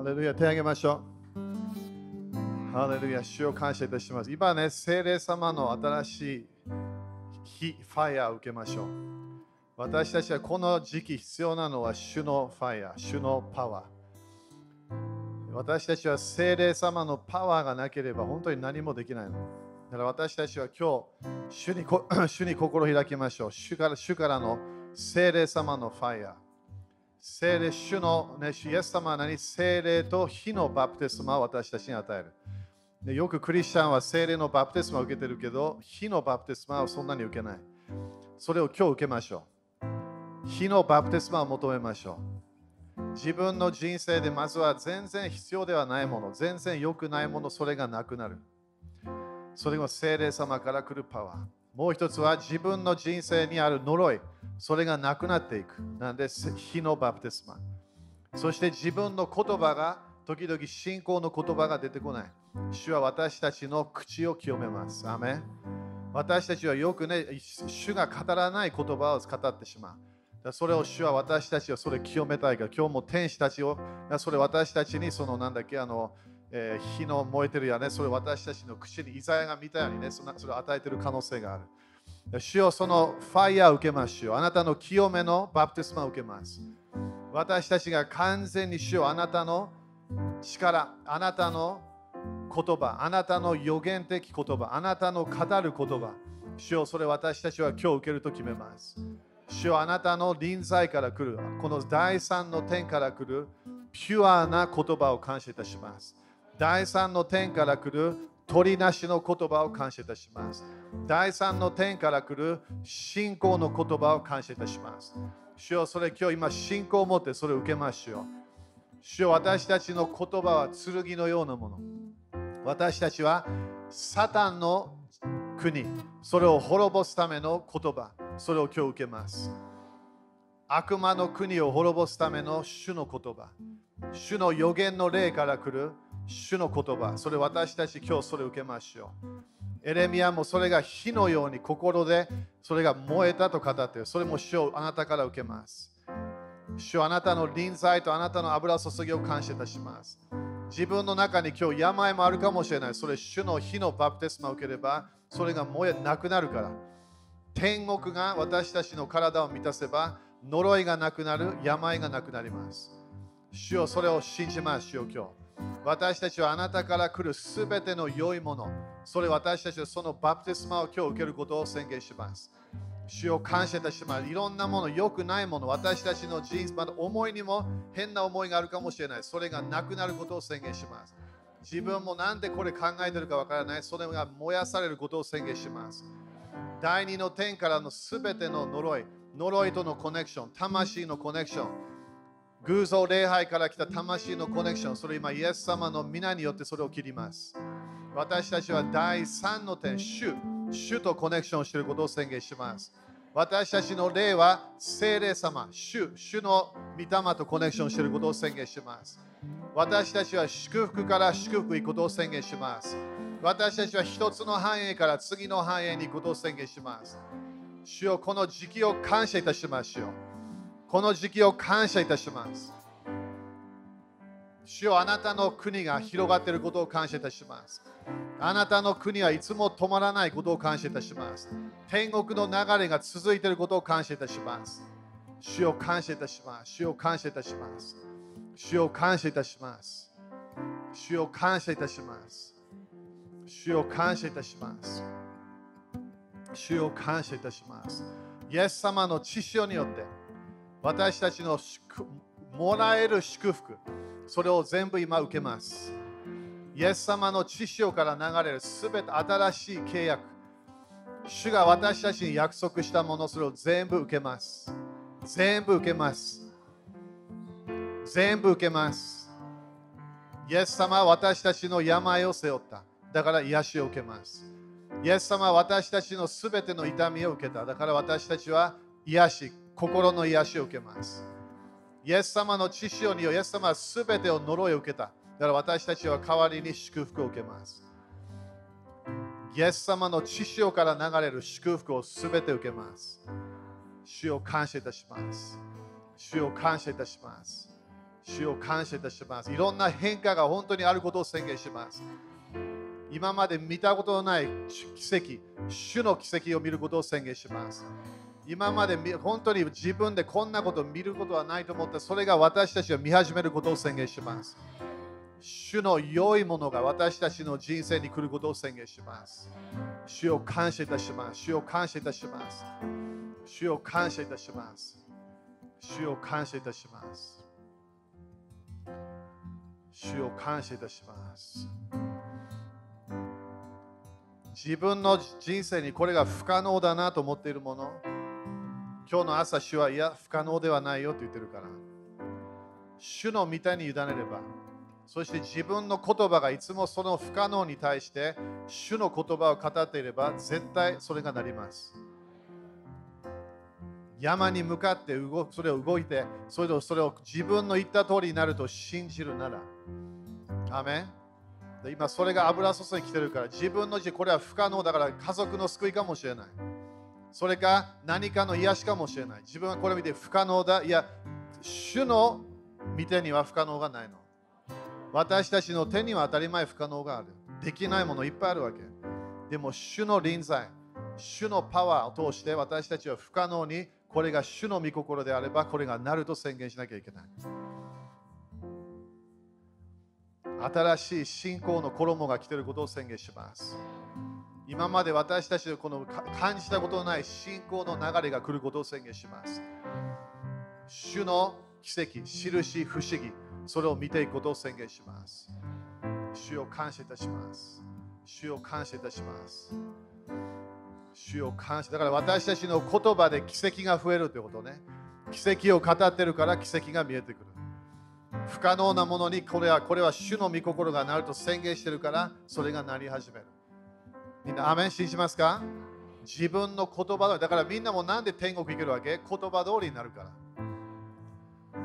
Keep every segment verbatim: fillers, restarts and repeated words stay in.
ハレルヤ、手を挙げましょう。ハレルヤ、主を感謝いたします。今ね、聖霊様の新しい火、ファイヤーを受けましょう。私たちはこの時期必要なのは主のファイヤー、主のパワー。私たちは聖霊様のパワーがなければ本当に何もできないの。だから私たちは今日、主にこ主に心を開きましょう。主から主からの聖霊様のファイヤー。聖霊、主の、ね、主イエス様は何？聖霊と火のバプテスマを私たちに与える。でよくクリスチャンは聖霊のバプテスマを受けてるけど、火のバプテスマはそんなに受けない。それを今日受けましょう。火のバプテスマを求めましょう。自分の人生でまずは全然必要ではないもの、全然良くないもの、それがなくなる。それが聖霊様から来るパワー。もう一つは自分の人生にある呪い、それがなくなっていく。なんで、火のバプテスマ。そして自分の言葉が、時々信仰の言葉が出てこない。主は私たちの口を清めます。アメン。私たちはよくね、主が語らない言葉を語ってしまう。それを主は私たちをそれ清めたいから、今日も天使たちを、それ私たちにそのなんだっけ、あの、えー、火の燃えてるやね、それ私たちの口にイザヤが見たようにね、それを与えている可能性がある。主よそのファイヤーを受けましょう。あなたの清めのバプテスマを受けます。私たちが完全に主よあなたの力、あなたの言葉、あなたの予言的言葉、あなたの語る言葉。主よそれ私たちは今日受けると決めます。主よあなたの臨在から来る、この第三の天から来るピュアな言葉を感謝いたします。第三の天から来る取りなしの言葉を感謝いたします。第三の天から来る信仰の言葉を感謝いたします。主よそれ今日今信仰を持ってそれを受けましょう。主よ私たちの言葉は剣のようなもの。私たちはサタンの国、それを滅ぼすための言葉、それを今日受けます。悪魔の国を滅ぼすための主の言葉、主の予言の霊から来る主の言葉、それ私たち今日それを受けましょう。エレミヤもそれが火のように心でそれが燃えたと語っている。それも主をあなたから受けます。主はあなたの臨在とあなたの油注ぎを感謝いたします。自分の中に今日病もあるかもしれない。それ主の火のバプテスマを受ければそれが燃えなくなるから。天国が私たちの体を満たせば呪いがなくなる、病がなくなります。主よそれを信じますよ今日。私たちはあなたから来るすべての良いもの、それ私たちはそのバプテスマを今日受けることを宣言します。主を感謝いたします。いろんなもの、良くないもの、私たちの人生、まだ思いにも変な思いがあるかもしれない。それがなくなることを宣言します。自分もなんでこれ考えてるかわからない。それが燃やされることを宣言します。第二の天からのすべての呪い、呪いとのコネクション、魂のコネクション、偶像礼拝から来た魂のコネクション、それ今イエス様の皆によってそれを切ります。私たちは第三の天、主、主とコネクションしていることを宣言します。私たちの霊は聖霊様、主、主の御霊とコネクションしていることを宣言します。私たちは祝福から祝福行くことを宣言します。私たちは一つの繁栄から次の繁栄に行くことを宣言します。主よこの時期を感謝いたしますよ。この時期を感謝いたします。主よあなたの国が広がっていることを感謝いたします。あなたの国はいつも止まらないことを感謝いたします。天国の流れが続いていることを感謝いたします。主を感謝いたします。主を感謝いたします。主を感謝いたします。主を感謝いたします。主を感謝いたします。主を感謝いたします。イエス様の血潮によって私たちのもらえる祝福、それを全部今受けます。イエス様の血潮から流れるすべて新しい契約、主が私たちに約束したもの、それを全部受けます。全部受けます。全部受けます。イエス様は私たちの病を背負った。だから癒しを受けます。イエス様は私たちのすべての痛みを受けた。だから私たちは癒し、心の癒しを受けます。イエス様の血潮により、イエス様はすべてを呪いを受けた。だから私たちは代わりに祝福を受けます。イエス様の血潮から流れる祝福をすべて受けます。主を感謝いたします。主を感謝いたします。 主を感謝いたします。いろんな変化が本当にあることを宣言します。今まで見たことのない奇跡、主の奇跡を見ることを宣言します。今まで本当に自分でこんなことを見ることはないと思った、それが私たちが見始めることを宣言します。主の良いものが私たちの人生に来ることを宣言します。主を感謝いたします。主を感謝いたします。主を感謝いたします。主を感謝いたします。主を感謝いたします。自分の人生にこれが不可能だなと思っているもの、今日の朝、主はいや、不可能ではないよと言ってるから、主の御手に委ねれば、そして自分の言葉がいつもその不可能に対して主の言葉を語っていれば絶対それがなります。山に向かって動それを動いて、それをそれを自分の言った通りになると信じるなら。アメン。今それが油注ぎに来てるから、自分の字これは不可能だから家族の救いかもしれない。それか何かの癒しかもしれない。自分はこれを見て不可能だ。いや、主の御手には不可能がないの。私たちの手には当たり前不可能がある。できないものいっぱいあるわけ。でも主の臨在、主のパワーを通して私たちは不可能に、これが主の御心であればこれがなると宣言しなきゃいけない。新しい信仰の衣が来ていることを宣言します。今まで私たちのこの感じたことのない信仰の流れが来ることを宣言します。主の奇跡、印、不思議、それを見ていくことを宣言します。主を感謝いたします。主を感謝いたします。主を感謝。だから私たちの言葉で奇跡が増えるということね。奇跡を語ってるから奇跡が見えてくる。不可能なものにこれはこれは主の御心がなると宣言してるからそれがなり始める。みんなアメン信じますか？自分の言葉通り。だからみんなもなんで天国行けるわけ？言葉通りになるから。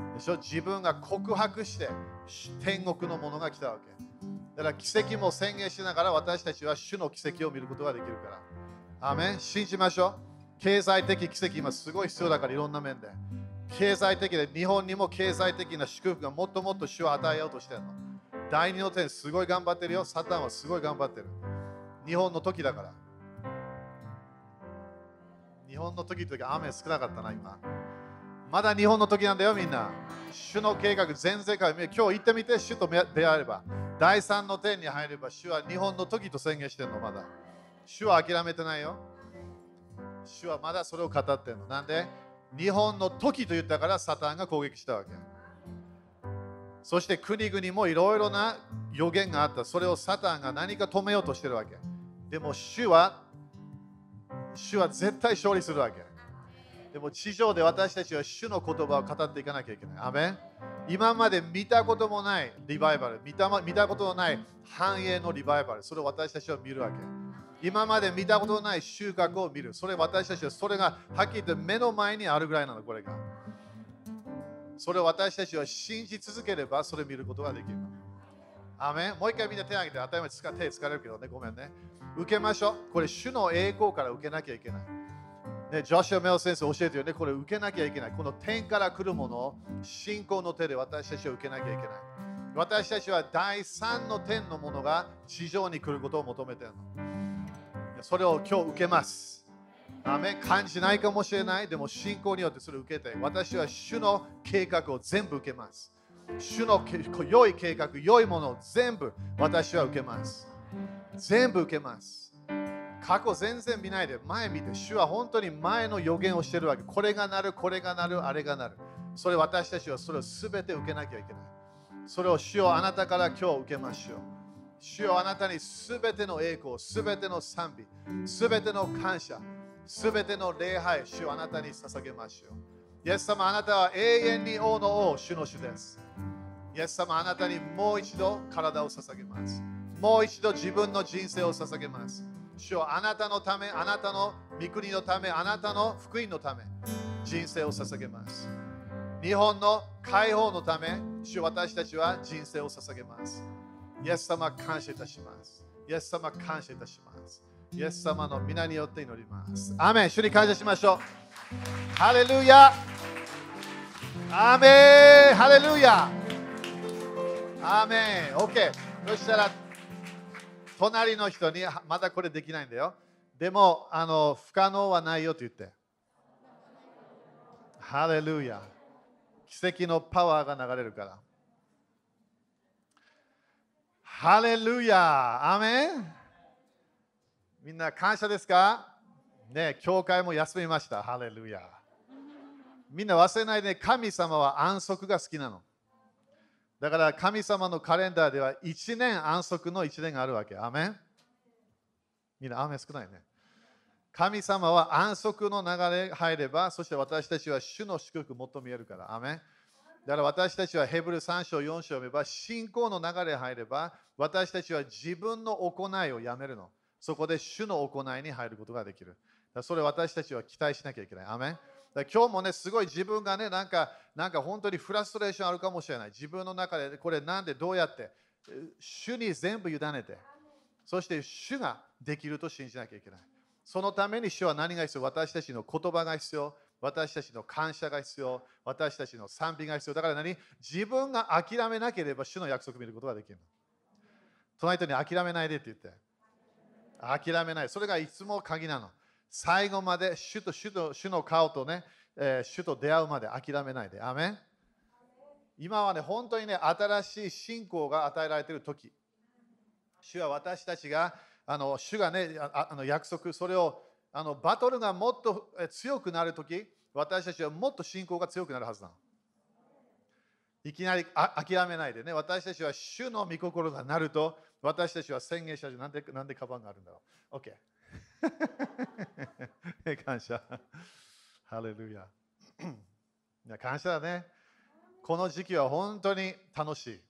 でしょ？自分が告白して天国のものが来たわけ。だから奇跡も宣言しながら私たちは主の奇跡を見ることができるから。アメン信じましょう。経済的奇跡今すごい必要だからいろんな面で。経済的で日本にも経済的な祝福がもっともっと主を与えようとしてるの。第二の点すごい頑張ってるよ。サタンはすごい頑張ってる。日本の時だから。日本の時というか雨少なかったな今。まだ日本の時なんだよみんな。主の計画全世界、今日行ってみて主と出会えれば。第三の点に入れば主は日本の時と宣言してるのまだ。主は諦めてないよ。主はまだそれを語ってるの。なんで日本の時と言ったからサタンが攻撃したわけ。そして国々もいろいろな予言があった。それをサタンが何か止めようとしてるわけ。でも主は、主は絶対勝利するわけ。でも地上で私たちは主の言葉を語っていかなきゃいけない。アメン。今まで見たこともないリバイバル、見た、見たことのない繁栄のリバイバル、それを私たちは見るわけ。今まで見たことのない収穫を見る。それ私たちはそれがはっきり言って目の前にあるぐらいなの、これが。それを私たちは信じ続ければそれを見ることができる。アメン。もう一回みんな手を挙げて、頭に手疲れるけどね、ごめんね。受けましょう。これ主の栄光から受けなきゃいけない。ね、ジョシュア・メオ先生教えてよね、これ受けなきゃいけない。この天から来るものを信仰の手で私たちは受けなきゃいけない。私たちは第三の天のものが地上に来ることを求めているの。それを今日受けます。アメン。感じないかもしれない。でも信仰によってそれを受けて、私は主の計画を全部受けます。主の良い計画、良いものを全部私は受けます。全部受けます。過去全然見ないで前見て、主は本当に前の予言をしているわけ。これがなる、これがなる、あれがなる。それ私たちはそれを全て受けなきゃいけない。それを主よあなたから今日受けましょう。主よあなたにすべての栄光、すべての賛美、すべての感謝、すべての礼拝、主よあなたに捧げましょう。イエス様あなたは永遠に王の王、主の主です。イエス様あなたにもう一度体を捧げます。もう一度自分の人生を捧げます。主よあなたのため、あなたの御国のため、あなたの福音のため、人生を捧げます。日本の解放のため、主よ私たちは人生を捧げます。イエス様感謝いたします。イエス様感謝いたします。イエス様の皆によって祈ります。アーメン。主に感謝しましょう。ハレルヤ。アーメン。ハレルヤ。 アーメン。OK。そしたら、隣の人に、まだこれできないんだよ。でも、あの不可能はないよと言って。ハレルヤ。奇跡のパワーが流れるから。ハレルヤ。アーメン。みんな感謝ですかね、教会も休みました。ハレルヤ。みんな忘れないで、神様は安息が好きなの。だから神様のカレンダーではいちねん安息のいちねんがあるわけ。アーメン。みんな、アーメン少ないね。神様は安息の流れ入れば、そして私たちは主の祝福を求めるから。アーメン。だから私たちはヘブルさん章、よん章を読めば、信仰の流れ入れば、私たちは自分の行いをやめるの。そこで主の行いに入ることができる。だからそれを私たちは期待しなきゃいけない。アーメン。だから今日もね、すごい自分がね、なんか、なんか本当にフラストレーションあるかもしれない。自分の中で、これなんでどうやって、主に全部委ねて、そして主ができると信じなきゃいけない。そのために主は何が必要？私たちの言葉が必要。私たちの感謝が必要。私たちの賛美が必要。だから何？自分が諦めなければ主の約束を見ることができる。隣人に諦めないでって言って。諦めない。それがいつも鍵なの。最後まで主と主と主の顔とね、えー、主と出会うまで諦めないで。アメン。今はね、本当にね、新しい信仰が与えられている時。主は私たちが、あの主がね、ああの約束、それをあのバトルがもっと強くなるとき、私たちはもっと信仰が強くなるはずだ。いきなりあ諦めないでね、私たちは主の御心がなると、私たちは宣言したなんで、なんでカバンがあるんだろう。OK。感謝。ハレルヤ。感謝だね。この時期は本当に楽しい。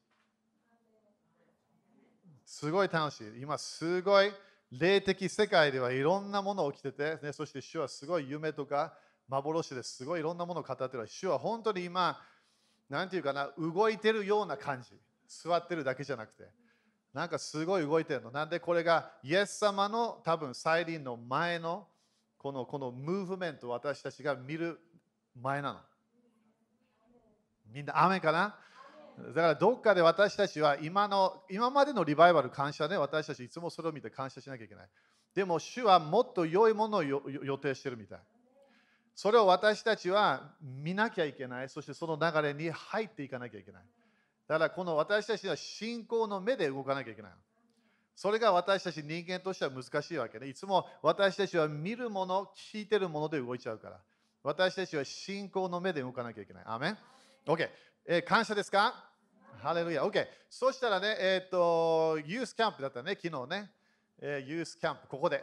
すごい楽しい。今すごい霊的世界ではいろんなもの起きてて、ね、そして主はすごい夢とか幻ですごいいろんなものを語ってる。主は本当に今、なんていうかな、動いてるような感じ。座ってるだけじゃなくて。なんかすごい動いてるの。なんでこれがイエス様の多分再臨の前のこのこのムーブメントを私たちが見る前なの。みんな雨かな？だからどっかで私たちは今の今までのリバイバル感謝で、私たちいつもそれを見て感謝しなきゃいけない。でも主はもっと良いものを予定してるみたい。それを私たちは見なきゃいけない。そしてその流れに入っていかなきゃいけない。だからこの私たちは信仰の目で動かなきゃいけない。それが私たち人間としては難しいわけね。いつも私たちは見るもの、聞いてるもので動いちゃうから。私たちは信仰の目で動かなきゃいけない。アーメン。OK、えー、感謝ですか？ハレルヤ。OK。そしたらね、えっ、ー、と、ユースキャンプだったね、昨日ね。えー、ユースキャンプ、ここで。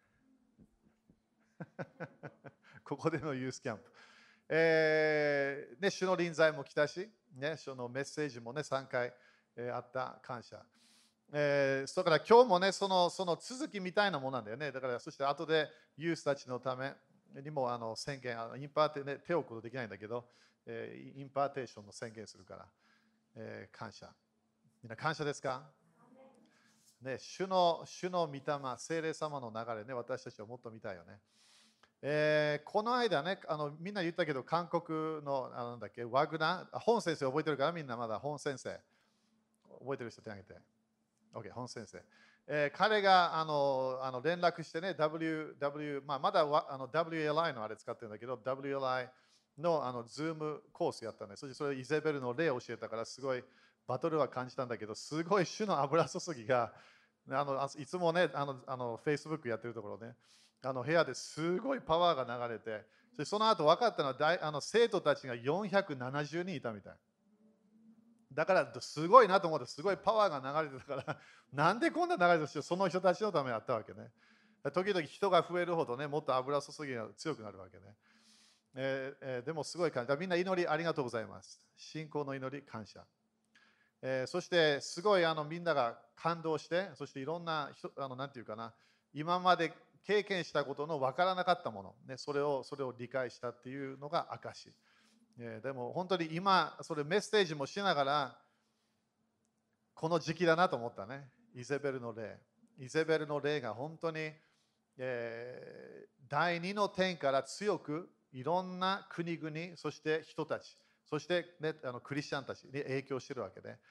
ここでのユースキャンプ。えー、ね、主の臨在も来たし、ね、主のメッセージもね、さんかい、えー、あった感謝。えー、だから今日もね、そのその続きみたいなものなんだよね。だから、そして後でユースたちのためにもあの宣言、あのインパーテ、ね、手を置くことできないんだけど、えー、インパーテーションの宣言するから、えー、感謝。みんな感謝ですか？ね、主の、主の御霊、聖霊様の流れね、私たちはもっと見たいよね。えー、この間ね、あのみんな言ったけど、韓国のあのなんだっけ、ワグナー、本先生覚えてるから、みんなまだ本先生。覚えてる人手挙げて。OK、本先生。えー、彼があのあの連絡してね、W、W、まあ、まだあの ダブリューエルアイ のあれ使ってるんだけど、ダブリューエルアイ のあのズームコースやったね。そしてそれイゼベルの例を教えたから、すごいバトルは感じたんだけど、すごい主の油注ぎが、あのいつもね、あのあの Facebook やってるところね、あの部屋ですごいパワーが流れて、そしてその後分かったのは大あの生徒たちがよんひゃくななじゅうにんいたみたい。だからすごいなと思って、すごいパワーが流れてたから、なんでこんな流れてるその人たちのためにあったわけね。時々人が増えるほどね、もっと油注ぎが強くなるわけね。えーえー、でもすごい感謝。みんな祈りありがとうございます。信仰の祈り感謝。えー、そしてすごいあのみんなが感動して、そしていろんな人、あのなんていうかな、今まで経験したことの分からなかったもの、ね、それをそれを理解したっていうのが証。えー、でも本当に今、それメッセージもしながら、この時期だなと思ったね。イゼベルの霊。イゼベルの霊が本当に、えー、第二の天から強くいろんな国々、そして人たち、そして、ね、あのクリスチャンたちに影響しているわけで、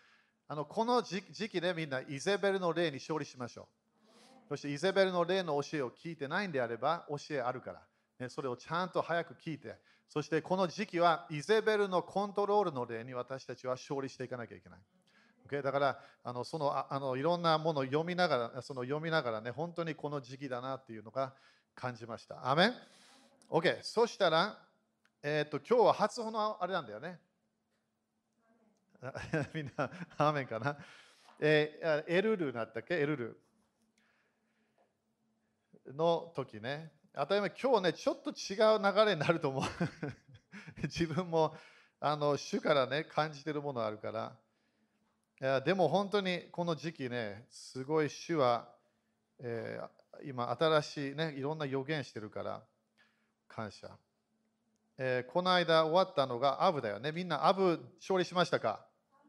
あのこの時時期でみんなイゼベルの霊に勝利しましょう。そしてイゼベルの霊の教えを聞いてないんであれば教えあるから、ね、それをちゃんと早く聞いて、そしてこの時期はイゼベルのコントロールの霊に私たちは勝利していかなきゃいけない。Okay? だからあのそのああのいろんなものを読みながら、その読みながらね、本当にこの時期だなっていうのが感じました。アメン ?OK。そしたら、えー、と今日は初歩のあれなんだよね。みんな、アーメンかな。えー、エルルだったっけエルルの時ね。当たり前、今日ね、ちょっと違う流れになると思う。自分もあの主からね、感じてるものあるから。いやでも本当にこの時期ね、すごい主は、えー、今新しいね、いろんな予言してるから感謝。えー、この間終わったのがアブだよね。みんなアブ勝利しましたか？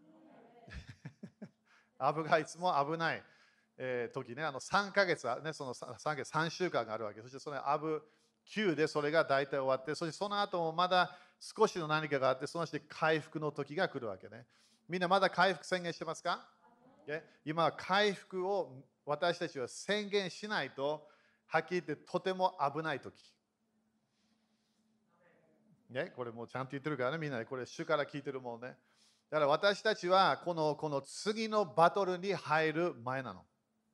アブがいつも危ない、えー、時ね、あのさんかげつ、ね、その さん, さんかげつさんしゅうかんがあるわけ。そしてそのアブきゅうでそれが大体終わって、そしてその後もまだ少しの何かがあって、そのして回復の時が来るわけね。みんなまだ回復宣言してますか？今は回復を私たちは宣言しないと、はっきり言ってとても危ない時。ね、これもうちゃんと言ってるからね、みんなこれ主から聞いてるもんね。だから私たちはこのこの次のバトルに入る前なの。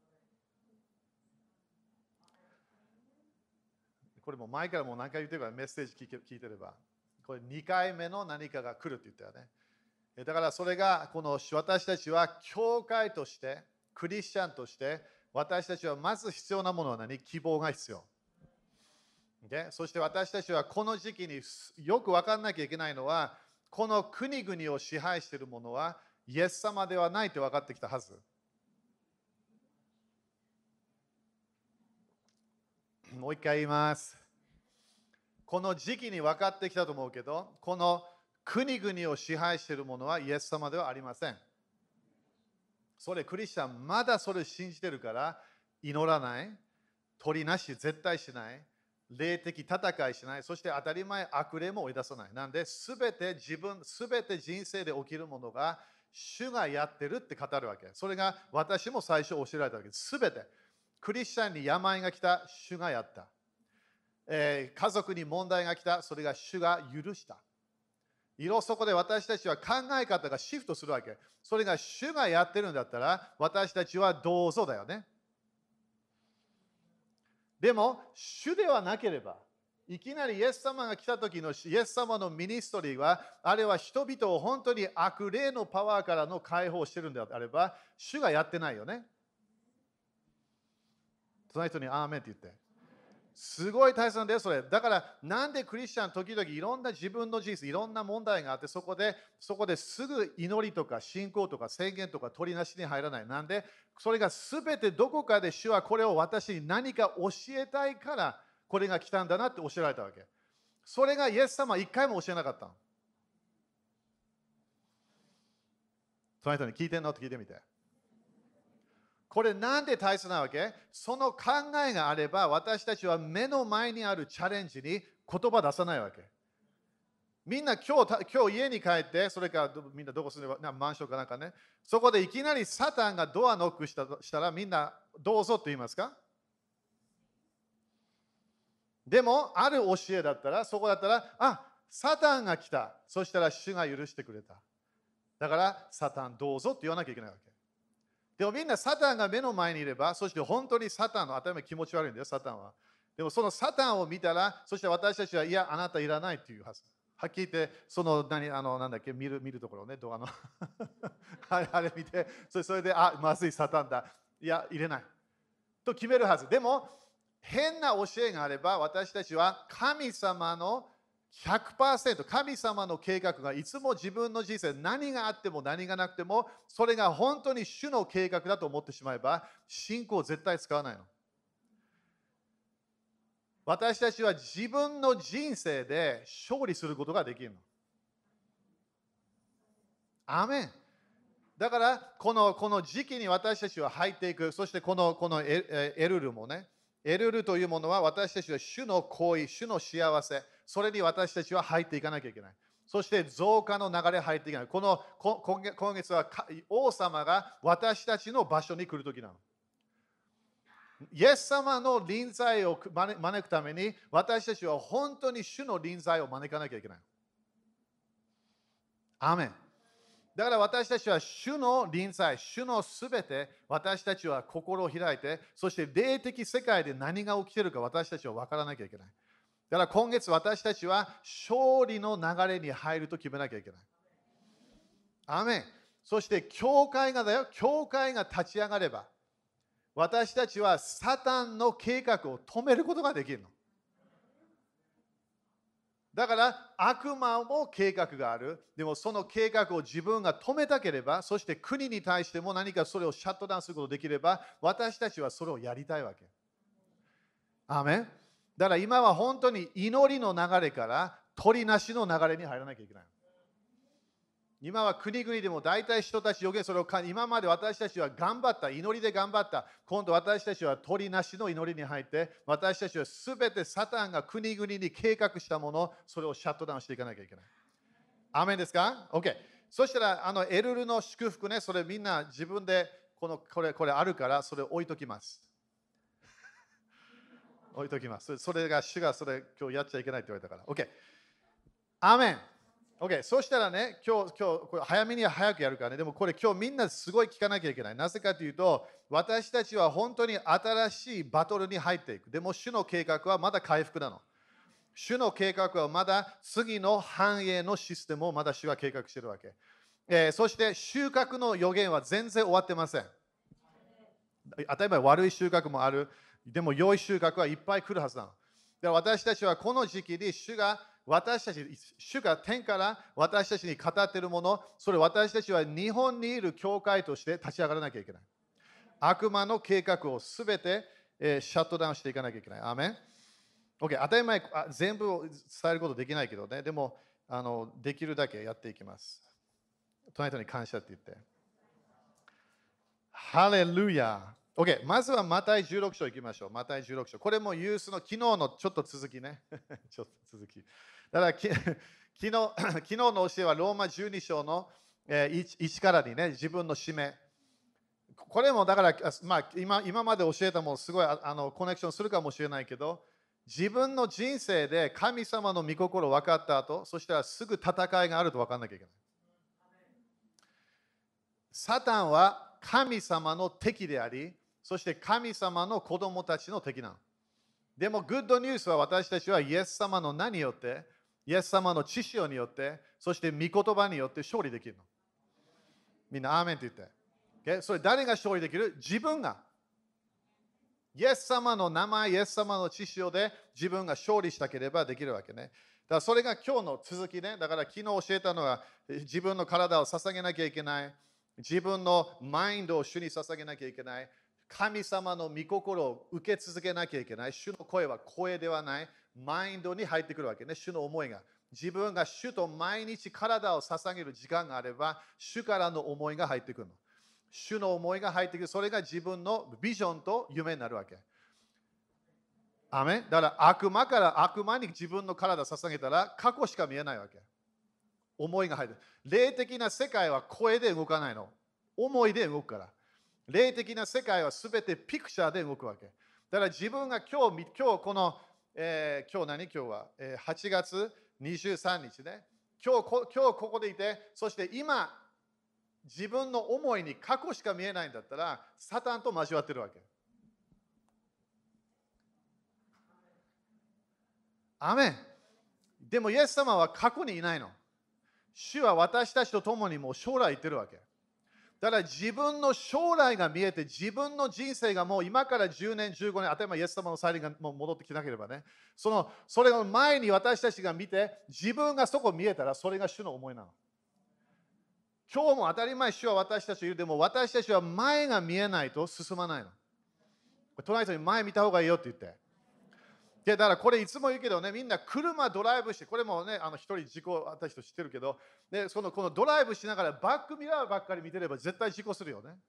これも前からもう何回言ってるからメッセージ聞いてれば。これにかいめの何かが来るって言ったよね。だからそれがこの私たちは教会として、クリスチャンとして、私たちはまず必要なものは何？希望が必要。Okay? そして私たちはこの時期によく分かんなきゃいけないのは、この国々を支配しているものはイエス様ではないって分かってきたはず。もう一回言います。この時期に分かってきたと思うけど、この国々を支配しているものはイエス様ではありません。それクリスチャンまだそれ信じてるから祈らない、取りなし絶対しない、霊的戦いしない、そして当たり前悪霊も追い出さない。なんで、すべて自分、すべて人生で起きるものが主がやってるって語るわけ。それが私も最初教えられたわけです。すべて。クリスチャンに病が来た、主がやった。えー、家族に問題が来た、それが主が許した。色そこで私たちは考え方がシフトするわけ。それが主がやってるんだったら、私たちはどうぞだよね。でも、主ではなければ、いきなりイエス様が来た時のイエス様のミニストリーは、あれは人々を本当に悪霊のパワーからの解放してるんであれば、主がやってないよね。その人にアーメンって言って。すごい大切なんだよ、それ。だから、なんでクリスチャン、時々いろんな自分の人生、いろんな問題があって、そこで、そこですぐ祈りとか信仰とか宣言とか取りなしに入らない。なんで、それがすべてどこかで主はこれを私に何か教えたいから、これが来たんだなって教えられたわけ。それがイエス様は一回も教えなかったの。その人に聞いてんのって聞いてみて。これなんで大切なわけ？その考えがあれば私たちは目の前にあるチャレンジに言葉出さないわけ。みんな今日、今日家に帰って、それからみんなどこ住んでるマンションかなんかね、そこでいきなりサタンがドアノックしたしたらみんなどうぞと言いますか？でもある教えだったら、そこだったら、あ、サタンが来た。そしたら主が許してくれた。だからサタンどうぞって言わなきゃいけないわけ。でもみんなサタンが目の前にいれば、そして本当にサタンの頭が気持ち悪いんだよ、サタンは。でもそのサタンを見たら、そして私たちは、いや、あなたいらないっていうはず。はっきり言って、その何、あの、なんだっけ、見る見るところね、動画の。あれあれ見てそれ、それで、あ、まずいサタンだ。いや、入れない。と決めるはず。でも、変な教えがあれば、私たちは神様のひゃくパーセント 神様の計画がいつも自分の人生何があっても何がなくてもそれが本当に主の計画だと思ってしまえば信仰を絶対使わないの。私たちは自分の人生で勝利することができるの。アーメン。だからこのこの時期に私たちは入っていく。そしてこのこのエエルルもね、エルルというものは私たちは主の行為、主の幸せ、それに私たちは入っていかなきゃいけない。 そして増加の流れ入っていかない。このこ今月今月は王様が私たちの場所に来るときなの。イエス様の臨在を招くために私たちは本当に主の臨在を招かなきゃいけない。アーメン。だから私たちは主の臨在、主のすべて、私たちは心を開いて、そして霊的世界で何が起きているか私たちは分からなきゃいけない。だから今月私たちは勝利の流れに入ると決めなきゃいけない。アーメン。そして教会がだよ、教会が立ち上がれば、私たちはサタンの計画を止めることができるの。だから悪魔も計画がある。でもその計画を自分が止めたければ、そして国に対しても何かそれをシャットダウンすることができれば、私たちはそれをやりたいわけ。アーメン。だから今は本当に祈りの流れから鳥なしの流れに入らなきゃいけない。今は国々でも大体人たち予言それをか今まで私たちは頑張った、祈りで頑張った。今度私たちは鳥なしの祈りに入って、私たちはすべてサタンが国々に計画したもの、それをシャットダウンしていかなきゃいけない。アーメンですか？ OK。そしたら、あのエルルの祝福ね、それみんな自分でこのこれこれあるから、それ置いときます。置いときます。それが主がそれ今日やっちゃいけないって言われたから。OK。アーメン。OK。そしたらね、今日、今日これ早めには早くやるからね。でもこれ今日みんなすごい聞かなきゃいけない。なぜかというと、私たちは本当に新しいバトルに入っていく。でも主の計画はまだ回復なの。主の計画はまだ次の繁栄のシステムをまだ主は計画しているわけ。えー、そして収穫の予言は全然終わってません。当たり前悪い収穫もある。でも良い収穫はいっぱい来るはずなの。で私たちはこの時期に主が私たち、主が天から私たちに語っているもの、それ私たちは日本にいる教会として立ち上がらなきゃいけない。悪魔の計画をすべて、えー、シャットダウンしていかなきゃいけない。アーメン。OK。当たり前全部を伝えることできないけどね、でもあのできるだけやっていきます。隣人に感謝って言って。ハレルヤ。OK。まずはマタイじゅうろく章いきましょう。マタイじゅうろく章。これもユースの昨日のちょっと続きね。ちょっと続き。だからき昨日昨日の教えはローマじゅうに章の、えー、いち, いちからにね、自分の使命。これもだから、まあ、今, 今まで教えたもすごいあのコネクションするかもしれないけど、自分の人生で神様の御心分かった後、そしたらすぐ戦いがあると分かんなきゃいけない。サタンは神様の敵であり、そして神様の子供たちの敵なの。でも、グッドニュースは私たちはイエス様の名によって、イエス様の知識によって、そして御言葉によって勝利できるの。みんな、アーメンって言って。Okay? それ誰が勝利できる？自分が。イエス様の名前、イエス様の知識で自分が勝利したければできるわけね。だからそれが今日の続きね。だから昨日教えたのは自分の体を捧げなきゃいけない。自分のマインドを主に捧げなきゃいけない。神様の御心を受け続けなきゃいけない。主の声は声ではない。マインドに入ってくるわけね。主の思いが。自分が主と毎日体を捧げる時間があれば、主からの思いが入ってくるの。主の思いが入ってくる。それが自分のビジョンと夢になるわけ。アメン。だから悪魔から悪魔に自分の体を捧げたら過去しか見えないわけ。思いが入る。霊的な世界は声で動かないの。思いで動くから。霊的な世界はすべてピクチャーで動くわけ。だから自分が今日、今日この、えー、今日何今日は、えー、はちがつにじゅうさんにちね。今日こ、今日ここでいて、そして今、自分の思いに過去しか見えないんだったら、サタンと交わってるわけ。アメン。でも、イエス様は過去にいないの。主は私たちと共にもう将来言ってるわけ。だから自分の将来が見えて、自分の人生がもう今からじゅうねん、じゅうごねん、当たり前イエス様の再臨がもう戻ってきなければね、そのそれを前に私たちが見て、自分がそこ見えたら、それが主の思いなの。今日も当たり前、主は私たちいる。でも私たちは前が見えないと進まないの。隣人に前見た方がいいよって言って。だからこれいつも言うけどね、みんな車ドライブして、これもね、あの一人事故あった人知ってるけど、でそのこのドライブしながらバックミラーばっかり見てれば絶対事故するよね。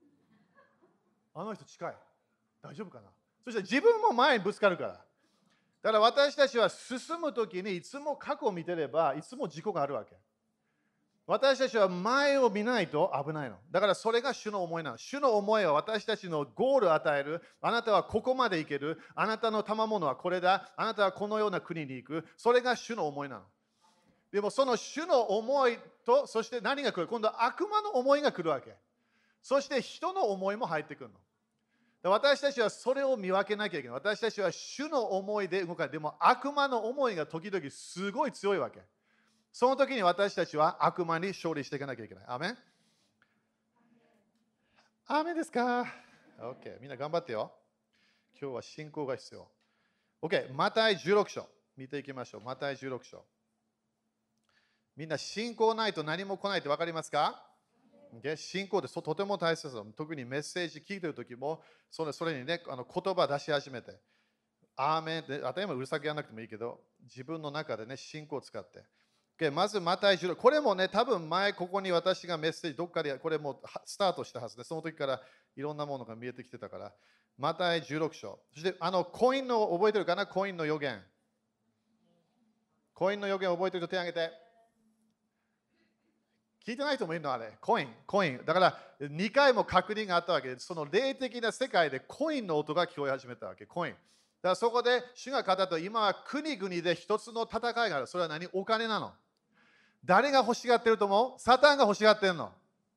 あの人近い。大丈夫かな？そして自分も前にぶつかるから。 だから私たちは進むときにいつも過去を見てれば、いつも事故があるわけ。私たちは前を見ないと危ないの。だからそれが主の思いなの。主の思いは私たちのゴールを与える。あなたはここまで行ける。あなたの賜物はこれだ。あなたはこのような国に行く。それが主の思いなの。でもその主の思いと、そして何が来る？今度は悪魔の思いが来るわけ。そして人の思いも入ってくるの。私たちはそれを見分けなきゃいけない。私たちは主の思いで動かない。でも悪魔の思いが時々すごい強いわけ。その時に私たちは悪魔に勝利していかなきゃいけない。アメン？アメンですか？ OK。みんな頑張ってよ。今日は信仰が必要。OK。マタイじゅうろく章。見ていきましょう。マタイじゅうろく章。みんな信仰ないと何も来ないって分かりますか？ Okay? 信仰ってとても大切だ。特にメッセージ聞いてる時も、それそれにね、あの言葉出し始めて。アーメンって、当たり前うるさくやらなくてもいいけど、自分の中でね、信仰を使って。Okay、まず、マタイじゅうろく。これもね、多分前、ここに私がメッセージ、どっかで、これもスタートしたはずで、その時からいろんなものが見えてきてたから、マタイじゅうろく章。そして、あの、コインの、覚えてるかな？コインの予言。コインの予言覚えてる人手挙げて。聞いてない人もいるのあれ。コイン、コイン。だから、にかいも確認があったわけで、その霊的な世界でコインの音が聞こえ始めたわけ。コイン。だからそこで主が語ったと、今は国々で一つの戦いがある。それは何？お金なの。誰が欲しがってると思う？サタンが欲しがってるの。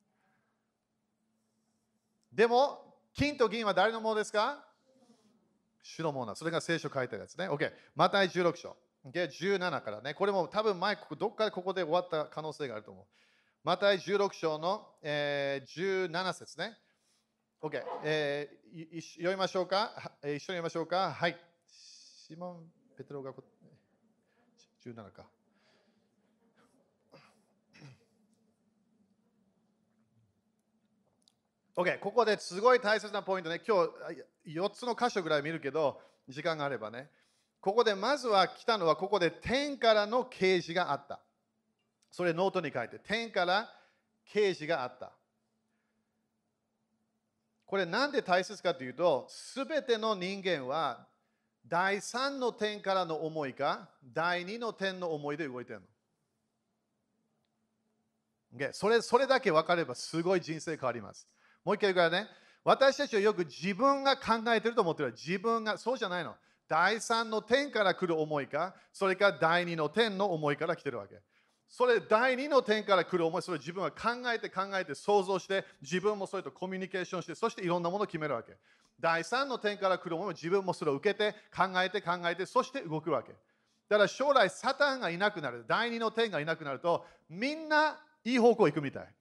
でも、金と銀は誰のものですか？主のもの。それが聖書書いてるやつね。OK。マタイじゅうろく章。OK。じゅうななからね。これも多分前、どっかでここで終わった可能性があると思う。マタイじゅうろく章の、えー、じゅうなな節ね。OK。えー、読みましょうか、えー、一緒に読みましょうか。はい。シモン・ペテロがじゅうななか。OK、ここですごい大切なポイントね。今日よっつの箇所ぐらい見るけど、時間があればね。ここでまずは来たのは、ここで天からの啓示があった。それノートに書いて、天から啓示があった。これなんで大切かというと、すべての人間は第三の点からの思いか、第二の点の思いで動いてるの。Okay、それそれだけ分かればすごい人生変わります。もう一回言うからね、私たちはよく自分が考えてると思ってる。自分が、そうじゃないの。第三の点から来る思いか、それから第二の点の思いから来てるわけ。それ第二の点から来る思い、それ自分は考えて考えて想像して、自分もそれとコミュニケーションして、そしていろんなものを決めるわけ。第三の点から来る思い、自分もそれを受けて、考えて考えて、そして動くわけ。だから将来サタンがいなくなる、第二の点がいなくなると、みんないい方向行くみたい。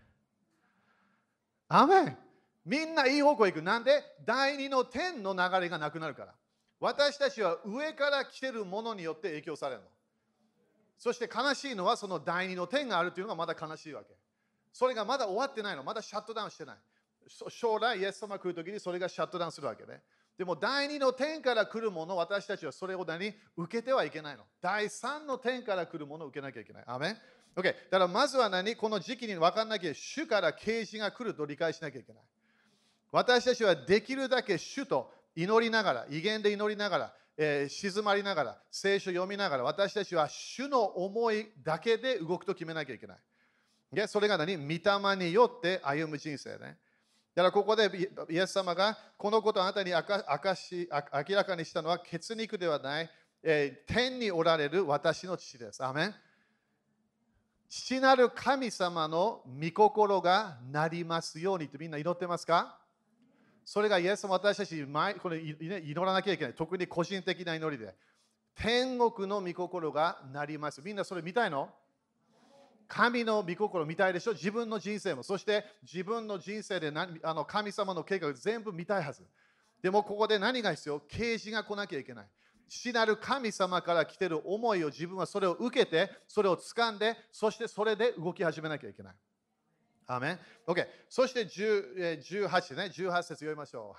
アメン。みんないい方向行く。なんで第二の点の流れがなくなるから。私たちは上から来てるものによって影響されるの。そして悲しいのはその第二の点があるというのがまだ悲しいわけ。それがまだ終わってないの。まだシャットダウンしてない。将来イエス様が来るときにそれがシャットダウンするわけね。でも第二の点から来るもの、私たちはそれを何受けてはいけないの。第三の点から来るものを受けなきゃいけない。アメン。OK。だからまずは何この時期に分かんなきゃ、主から啓示が来ると理解しなきゃいけない。私たちはできるだけ主と祈りながら、威厳で祈りながら、えー、静まりながら、聖書読みながら、私たちは主の思いだけで動くと決めなきゃいけない。でそれが何御霊によって歩む人生ね。だからここでイエス様がこのことをあなたに明かし明らかにしたのは血肉ではない、えー、天におられる私の父です。アメン。父なる神様の御心がなりますようにってみんな祈ってますか？それがイエス様私たち前これ祈らなきゃいけない。特に個人的な祈りで。天国の御心がなります。みんなそれ見たいの？神の御心見たいでしょ？自分の人生も。そして自分の人生で何あの神様の計画全部見たいはず。でもここで何が必要？啓示が来なきゃいけない。父なる神様から来てる思いを自分はそれを受けて、それを掴んで、そしてそれで動き始めなきゃいけない。アーメン。OK。そしてじゅう、えー、じゅうはちね。じゅうはち節読みましょ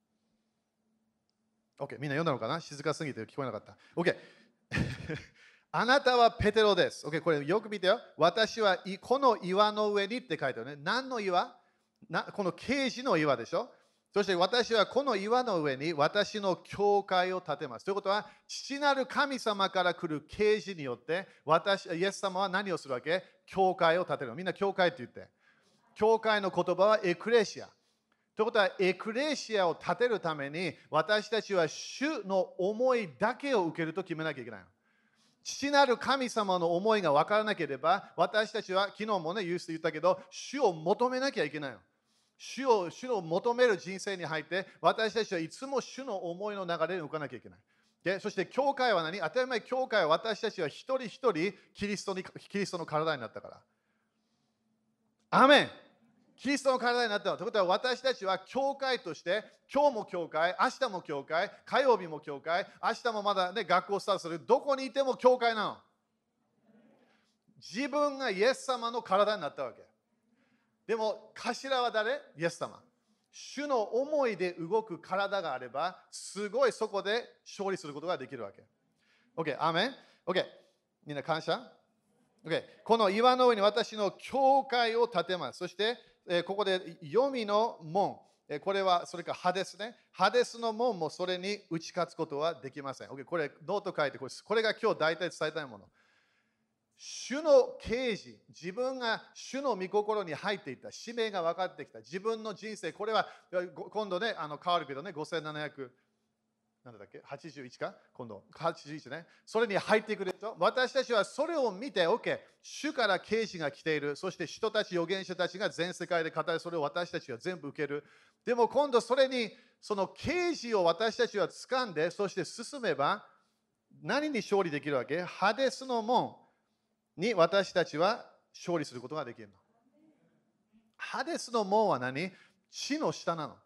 う。はい。OK。みんな読んだのかな？静かすぎて聞こえなかった。OK。 あなたはペテロです。Okay、これよく見てよ。私はこの岩の上にって書いてあるね。何の岩なこの啓示の岩でしょ。そして私はこの岩の上に私の教会を建てます。ということは、父なる神様から来る啓示によって、私、イエス様は何をするわけ？教会を建てる。みんな教会って言って。教会の言葉はエクレシア。ということは、エクレシアを建てるために、私たちは主の思いだけを受けると決めなきゃいけない。父なる神様の思いが分からなければ、私たちは昨日もね、ユースで言ったけど、主を求めなきゃいけないの。主を主を求める人生に入って、私たちはいつも主の思いの流れに動かなきゃいけない。でそして、教会は何？当たり前、教会は私たちは一人一人キリストにキリストの体になったから。アメン。キリストの体になったの。ということは、私たちは教会として、今日も教会、明日も教会、火曜日も教会、明日もまだ、ね、学校スタートする、どこにいても教会なの。自分がイエス様の体になったわけ。でも、頭は誰？イエス様。主の思いで動く体があれば、すごいそこで勝利することができるわけ。OK、アーメン。OK、みんな感謝。OK、この岩の上に私の教会を建てます。そして、えー、ここで黄泉の門、えー、これはそれかハデスね。ハデスの門もそれに打ち勝つことはできません。OK、これノート書いてこれ、これが今日大体伝えたいもの。主の啓示、自分が主の御心に入っていった、使命が分かってきた、自分の人生、これは今度ね、あの変わるけどね、ごせんななひゃく、なんだっけ、はちじゅういちか、今度、はちじゅういちね、それに入っていくでしょ。私たちはそれを見て、OK、主から啓示が来ている、そして人たち、預言者たちが全世界で語る、それを私たちは全部受ける。でも今度それに、その啓示を私たちは掴んで、そして進めば、何に勝利できるわけ？ハデスの門に私たちは勝利することができるの。ハデスの門は何？地の下なの。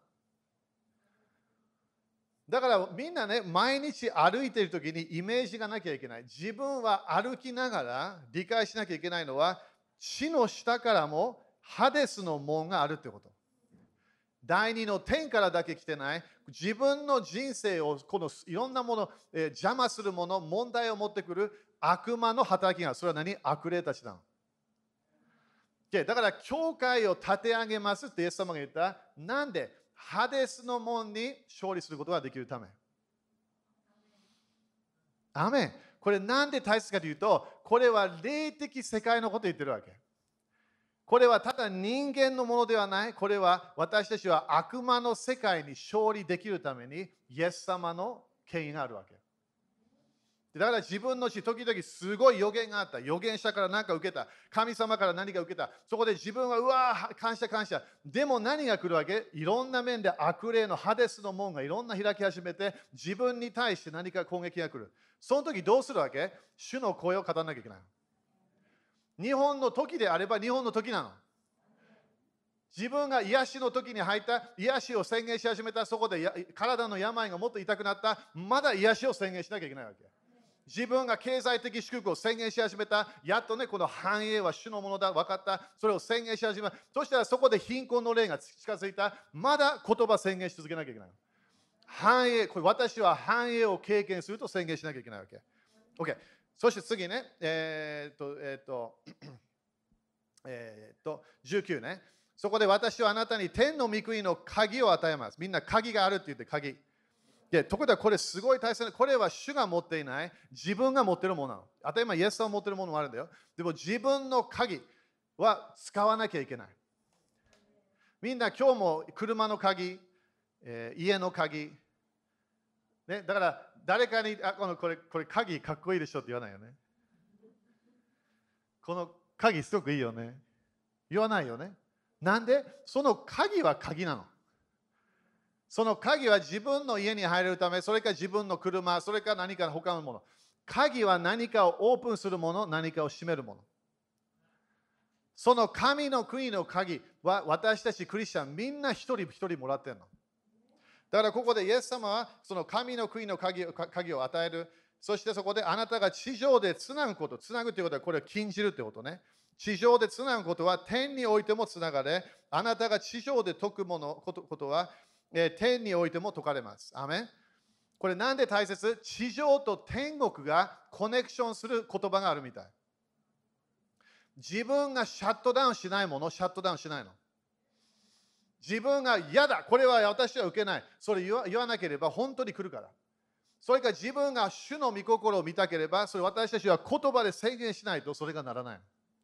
だからみんなね、毎日歩いているときにイメージがなきゃいけない。自分は歩きながら理解しなきゃいけないのは、地の下からもハデスの門があるってこと。第二の天からだけ来てない。自分の人生をこのいろんなもの、えー、邪魔するもの、問題を持ってくる悪魔の働きが、それは何？悪霊たちだ。だから、教会を立て上げますってイエス様が言った。なんで？ハデスの門に勝利することができるため。アメン。これなんで大切かというと、これは霊的世界のことを言ってるわけ。これはただ人間のものではない。これは私たちは悪魔の世界に勝利できるために、イエス様の権威があるわけ。だから自分の死、時々すごい予言があった。預言者から何か受けた。神様から何か受けた。そこで自分は、うわー、感謝感謝。でも何が来るわけ？いろんな面で悪霊のハデスの門がいろんな開き始めて、自分に対して何か攻撃が来る。その時どうするわけ？主の声を語らなきゃいけない。日本の時であれば日本の時なの。自分が癒しの時に入った、癒しを宣言し始めた、そこで体の病がもっと痛くなった、まだ癒しを宣言しなきゃいけないわけ。自分が経済的祝福を宣言し始めた、やっとね、この繁栄は主のものだ、分かった、それを宣言し始めた、そしたらそこで貧困の霊が近づいた、まだ言葉宣言し続けなきゃいけない。繁栄、これ私は繁栄を経験すると宣言しなきゃいけないわけ。OK。そして次ね、えー、っと、えー、っと、えー、っと、じゅうきゅうね。そこで私はあなたに天の御国の鍵を与えます。みんな鍵があるって言って鍵。で、ところでこれすごい大切な、これは主が持っていない、自分が持っているものなの。当たり前、イエスさんを持っているものもあるんだよ。でも自分の鍵は使わなきゃいけない。みんな今日も車の鍵、えー、家の鍵、ね、だから誰かに、あ、このこれ、これ鍵かっこいいでしょって言わないよね。この鍵すごくいいよね。言わないよね。なんで？その鍵は鍵なの。その鍵は自分の家に入れるため、それか自分の車、それか何か他のもの。鍵は何かをオープンするもの、何かを閉めるもの。その神の国の鍵は私たちクリスチャンみんな一人一人もらってるの。だからここでイエス様はその神の国の鍵を、鍵を与える。そしてそこであなたが地上でつなぐこと、つなぐということはこれを禁じるということね。地上でつなぐことは天においてもつながれ、あなたが地上で解くものことは、えー、天においても解かれます。アメン。 これなんで大切？地上と天国がコネクションする言葉があるみたい。自分がシャットダウンしないもの、シャットダウンしないの。自分が嫌だ、これは私は受けない。それ言わ言わなければ本当に来るから。それから自分が主の御心を見たければ、それ私たちは言葉で宣言しないとそれがならない。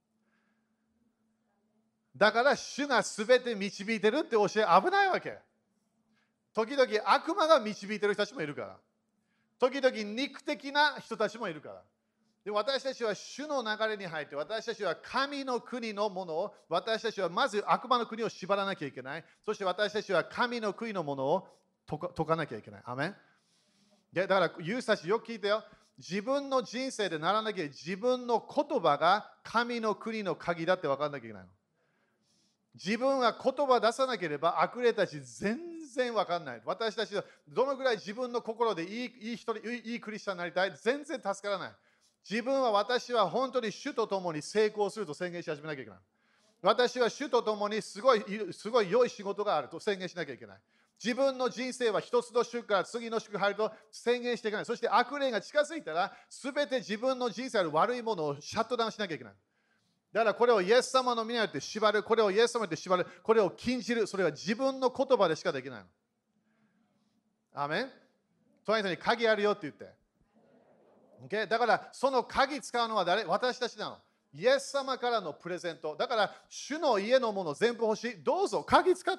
だから主が全て導いてるって教え危ないわけ。時々悪魔が導いてる人たちもいるから。時々肉的な人たちもいるから。で私たちは主の流れに入って、私たちは神の国のものを、私たちはまず悪魔の国を縛らなきゃいけない。そして私たちは神の国のものを解か、解かなきゃいけない。アメン。でだから、ユースたちよく聞いてよ。自分の人生でならなきゃ、自分の言葉が神の国の鍵だって分からなきゃいけないの。自分は言葉出さなければ悪霊たち全然分かんない。私たちはどのぐらい自分の心でいい、いい人、いい、いいクリスチャンになりたい？全然助からない。自分は私は本当に主と共に成功すると宣言し始めなきゃいけない。私は主と共にすごい、すごい良い仕事があると宣言しなきゃいけない。自分の人生は一つの祝から次の祝入ると宣言していかない。そして悪霊が近づいたら、すべて自分の人生の悪いものをシャットダウンしなきゃいけない。だからこれをイエス様の皆によって縛る、これをイエス様によって縛る、これを禁じる、それは自分の言葉でしかできないの。アメン。隣人に鍵あるよって言って。Okay? だからその鍵使うのは誰？私たちなの。イエス様からのプレゼント。だから主の家のもの全部欲しい。どうぞ鍵使って。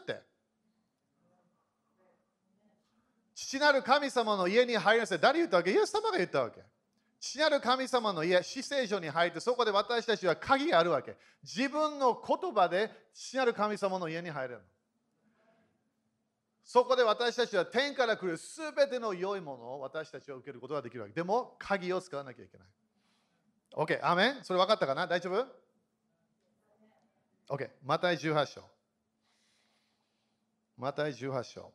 父なる神様の家に入りなさい。誰言ったわけ？イエス様が言ったわけ。父なる神様の家、至聖所に入って、そこで私たちは鍵があるわけ。自分の言葉で父なる神様の家に入れる。そこで私たちは天から来るすべての良いものを私たちは受けることができるわけ。でも、鍵を使わなきゃいけない。OK、アメン？それ分かったかな？大丈夫？ OK、マタイじゅうはち章。マタイじゅうはち章。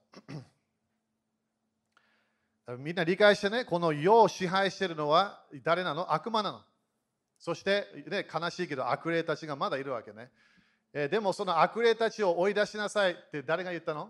みんな理解してね、この世を支配しているのは誰なの？悪魔なの。そして、ね、悲しいけど悪霊たちがまだいるわけね。えー、でもその悪霊たちを追い出しなさいって誰が言ったの？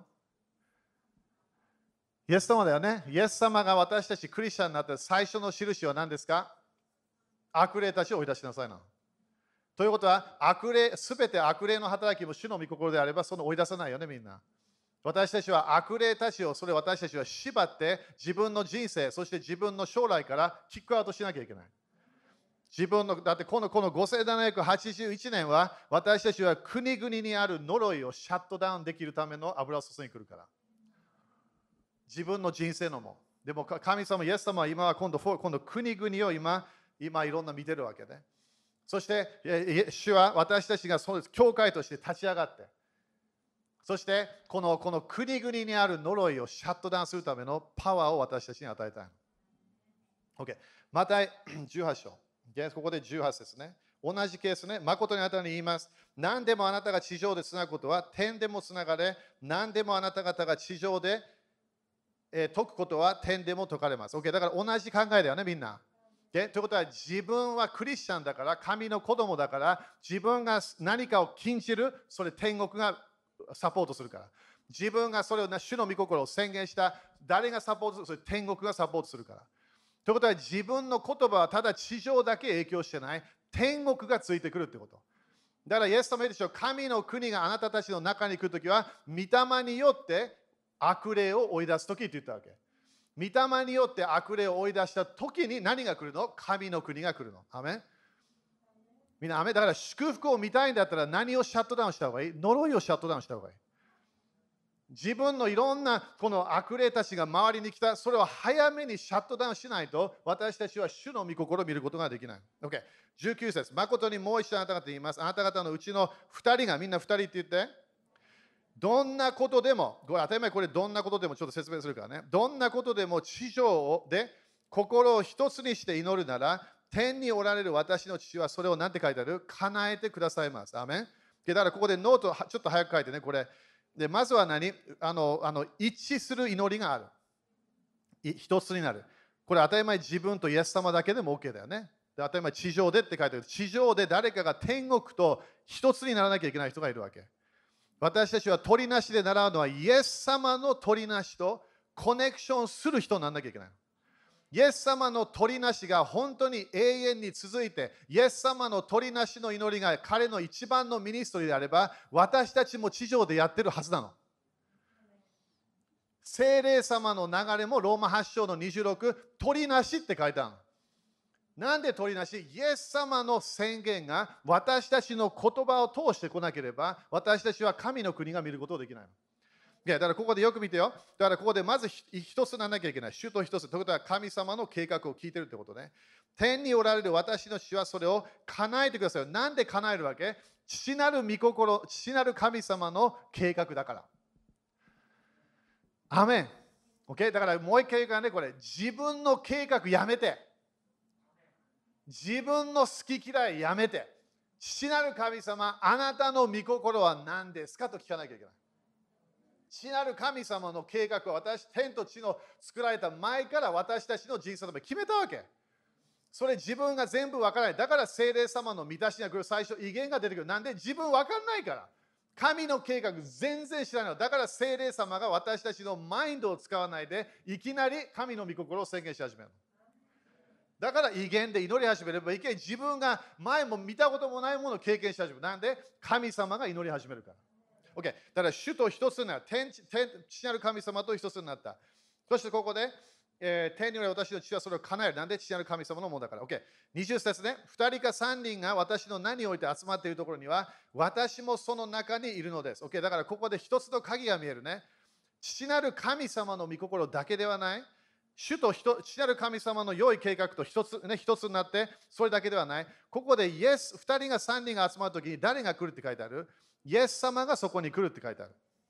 イエス様だよね。イエス様が私たちクリスチャンになった最初の印は何ですか？悪霊たちを追い出しなさいな。ということは、悪霊、すべて悪霊の働きも主の御心であれば、その追い出さないよね、みんな。私たちは悪霊たちを、それ私たちは縛って自分の人生、そして自分の将来からキックアウトしなきゃいけない。自分の、だってこのこのごせんななひゃくはちじゅういちねんは私たちは国々にある呪いをシャットダウンできるための油を注ぎに来るから。自分の人生のも。でも神様、イエス様は今は今度、今度国々を今、今いろんな見てるわけね。そして、主は私たちがそうです、教会として立ち上がって、そしてこの、この国々にある呪いをシャットダウンするためのパワーを私たちに与えたい。OK。マタイじゅうはち章。ここでじゅうはち節ね。同じケースね。誠にあなたに言います。何でもあなたが地上でつなぐことは天でもつながれ、何でもあなた方が地上で、えー、解くことは天でも解かれます。OK。だから同じ考えだよね、みんな。ということは自分はクリスチャンだから、神の子供だから、自分が何かを禁じる、それ天国がサポートするから。自分がそれを主の御心を宣言した、誰がサポートする？それ天国がサポートするから。ということは自分の言葉はただ地上だけ影響してない、天国がついてくるってこと。だからイエス様言うでしょ、神の国があなたたちの中に来るときは、御霊によって悪霊を追い出すときって言ったわけ。御霊によって悪霊を追い出したときに何が来るの？神の国が来るの。アメン。みんな、アメン。だから祝福を見たいんだったら何をシャットダウンした方がいい？呪いをシャットダウンした方がいい。自分のいろんなこの悪霊たちが周りに来た、それを早めにシャットダウンしないと、私たちは主の御心を見ることができない。OK。じゅうきゅう節。誠にもう一度あなた方に言います。あなた方のうちのふたりが、みんなふたりって言って、どんなことでも、これ当たり前これどんなことでもちょっと説明するからね。どんなことでも地上で心を一つにして祈るなら、天におられる私の父はそれを何て書いてある？叶えてくださいます。アメン。だからここでノートちょっと早く書いてね、これ。でまずは何あのあの一致する祈りがある。一つになる。これ当たり前自分とイエス様だけでも OK だよね。で当たり前地上でって書いてある。地上で誰かが天国と一つにならなきゃいけない人がいるわけ。私たちは取りなしで習うのはイエス様の取りなしとコネクションする人にならなきゃいけない。イエス様の取りなしが本当に永遠に続いて、イエス様の取りなしの祈りが彼の一番のミニストリーであれば、私たちも地上でやってるはずなの。聖霊様の流れもローマはち章のにじゅうろく、取りなしって書いてある。なんで取りなし？イエス様の宣言が私たちの言葉を通してこなければ、私たちは神の国が見ることができないの。いやだからここでよく見てよ。だからここでまず一つならなきゃいけない。主と一つ。ということは神様の計画を聞いてるってことね。天におられる私の主はそれを叶えてください。なんで叶えるわけ？父なる御心、父なる神様の計画だから。アメン。OK？ だからもう一回言うからね、これ。自分の計画やめて。自分の好き嫌いやめて。父なる神様、あなたの御心は何ですかと聞かなきゃいけない。父なる神様の計画は私、天と地の作られた前から私たちの人生のために決めたわけ。それ自分が全部わからない。だから聖霊様の満たしが来る最初、威厳が出てくる。なんで自分わかんないから。神の計画全然知らないの。だから聖霊様が私たちのマインドを使わないで、いきなり神の御心を宣言し始める。だから威厳で祈り始めればいけない。自分が前も見たこともないものを経験し始める。なんで神様が祈り始めるから。OK。だから主と一つになる。天、天、父なる神様と一つになった。そしてここで、えー、天におられる私の父はそれを叶える。なんで父なる神様のものだから。OK。にじゅう節ね。二人か三人が私の名において集まっているところには、私もその中にいるのです。OK。だからここで一つの鍵が見えるね。父なる神様の御心だけではない。主と父なる神様の良い計画と一つ、ね、一つになって、それだけではない。ここでイエス、二人が三人が集まるときに誰が来るって書いてある？イエス様がそこに来るって書いてある。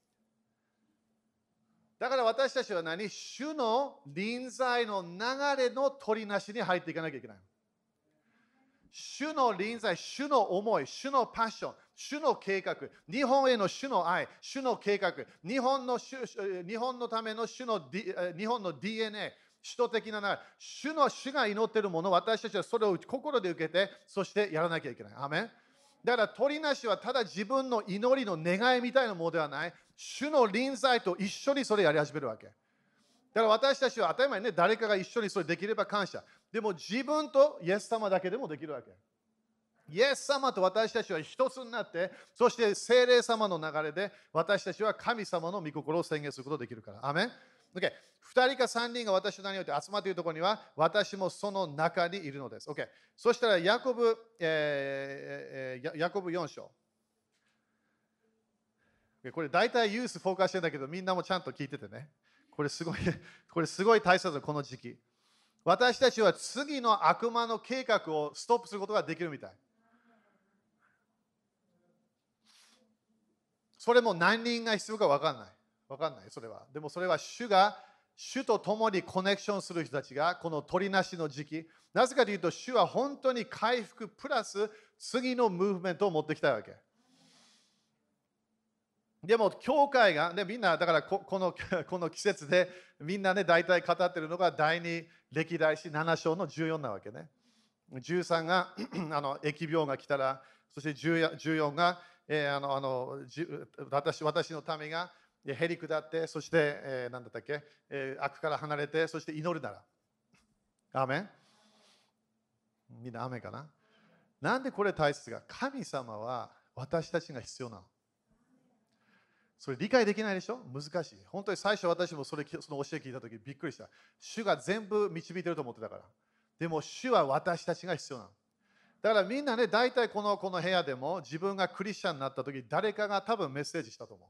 だから私たちは何？主の臨在の流れの取りなしに入っていかなきゃいけない。主の臨在、主の思い、主のパッション、主の計画、日本への主の愛、主の計画、日本の主日本のための主の、D、日本の ディーエヌエー、首都的な流れ、主の主が祈っているもの、私たちはそれを心で受けて、そしてやらなきゃいけない。アメン。だから取りなしはただ自分の祈りの願いみたいなものではない。主の臨在と一緒にそれをやり始めるわけ。だから私たちは当たり前ね、誰かが一緒にそれできれば感謝。でも自分とイエス様だけでもできるわけ。イエス様と私たちは一つになって、そして聖霊様の流れで私たちは神様の御心を宣言することができるから。アメン。OK。二人か三人が私の名によって集まっているところには、私もその中にいるのです。OK。そしたら、ヤコブ、えーえー、ヤコブよん章。これ大体ユースフォーカスしてるんだけど、みんなもちゃんと聞いててね。これすごい、これすごい大切だ、この時期。私たちは次の悪魔の計画をストップすることができるみたい。それも何人が必要か分かんない。分かんない、それは。でもそれは主が、主と共にコネクションする人たちが、この取りなしの時期、なぜかというと、主は本当に回復プラス次のムーブメントを持ってきたわけ。でも、教会が、ね、みんな、だからここのこの季節で、みんなね、大体語ってるのが、第二歴代史なな章のじゅうよんなわけね。じゅうさんがあの疫病が来たら、そしてじゅうよんが、えー、あのあの私私のためがへり下って、そして、えー、何だったっけ、えー、悪から離れて、そして祈るなら。アーメン。みんなアーメンかな。なんでこれ大切か。神様は私たちが必要なの。それ理解できないでしょ？難しい。本当に最初私もそれその教え聞いたときびっくりした。主が全部導いてると思ってたから。でも主は私たちが必要なの。だからみんなね、大体このこの部屋でも自分がクリスチャンになったとき、誰かが多分メッセージしたと思う。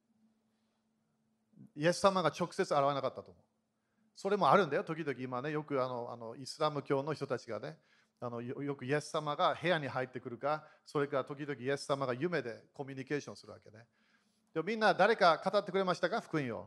イエス様が直接現れなかったと思う。それもあるんだよ。時々今ね、よくあのあのイスラム教の人たちがね、あの よ, よくイエス様が部屋に入ってくるか、それから時々イエス様が夢でコミュニケーションするわけね。でもみんな誰か語ってくれましたか？福音を。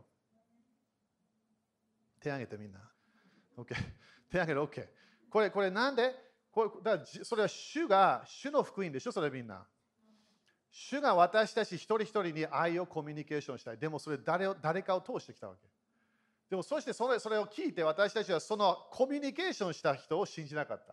手挙げてみんな。OK。手挙げる OK。これ、これなんでこれだそれは主が、主の福音でしょ、それみんな。主が私たち一人一人に愛をコミュニケーションしたい。でもそれ 誰, を誰かを通してきたわけ。でもそしてそれそれを聞いて私たちはそのコミュニケーションした人を信じなかった。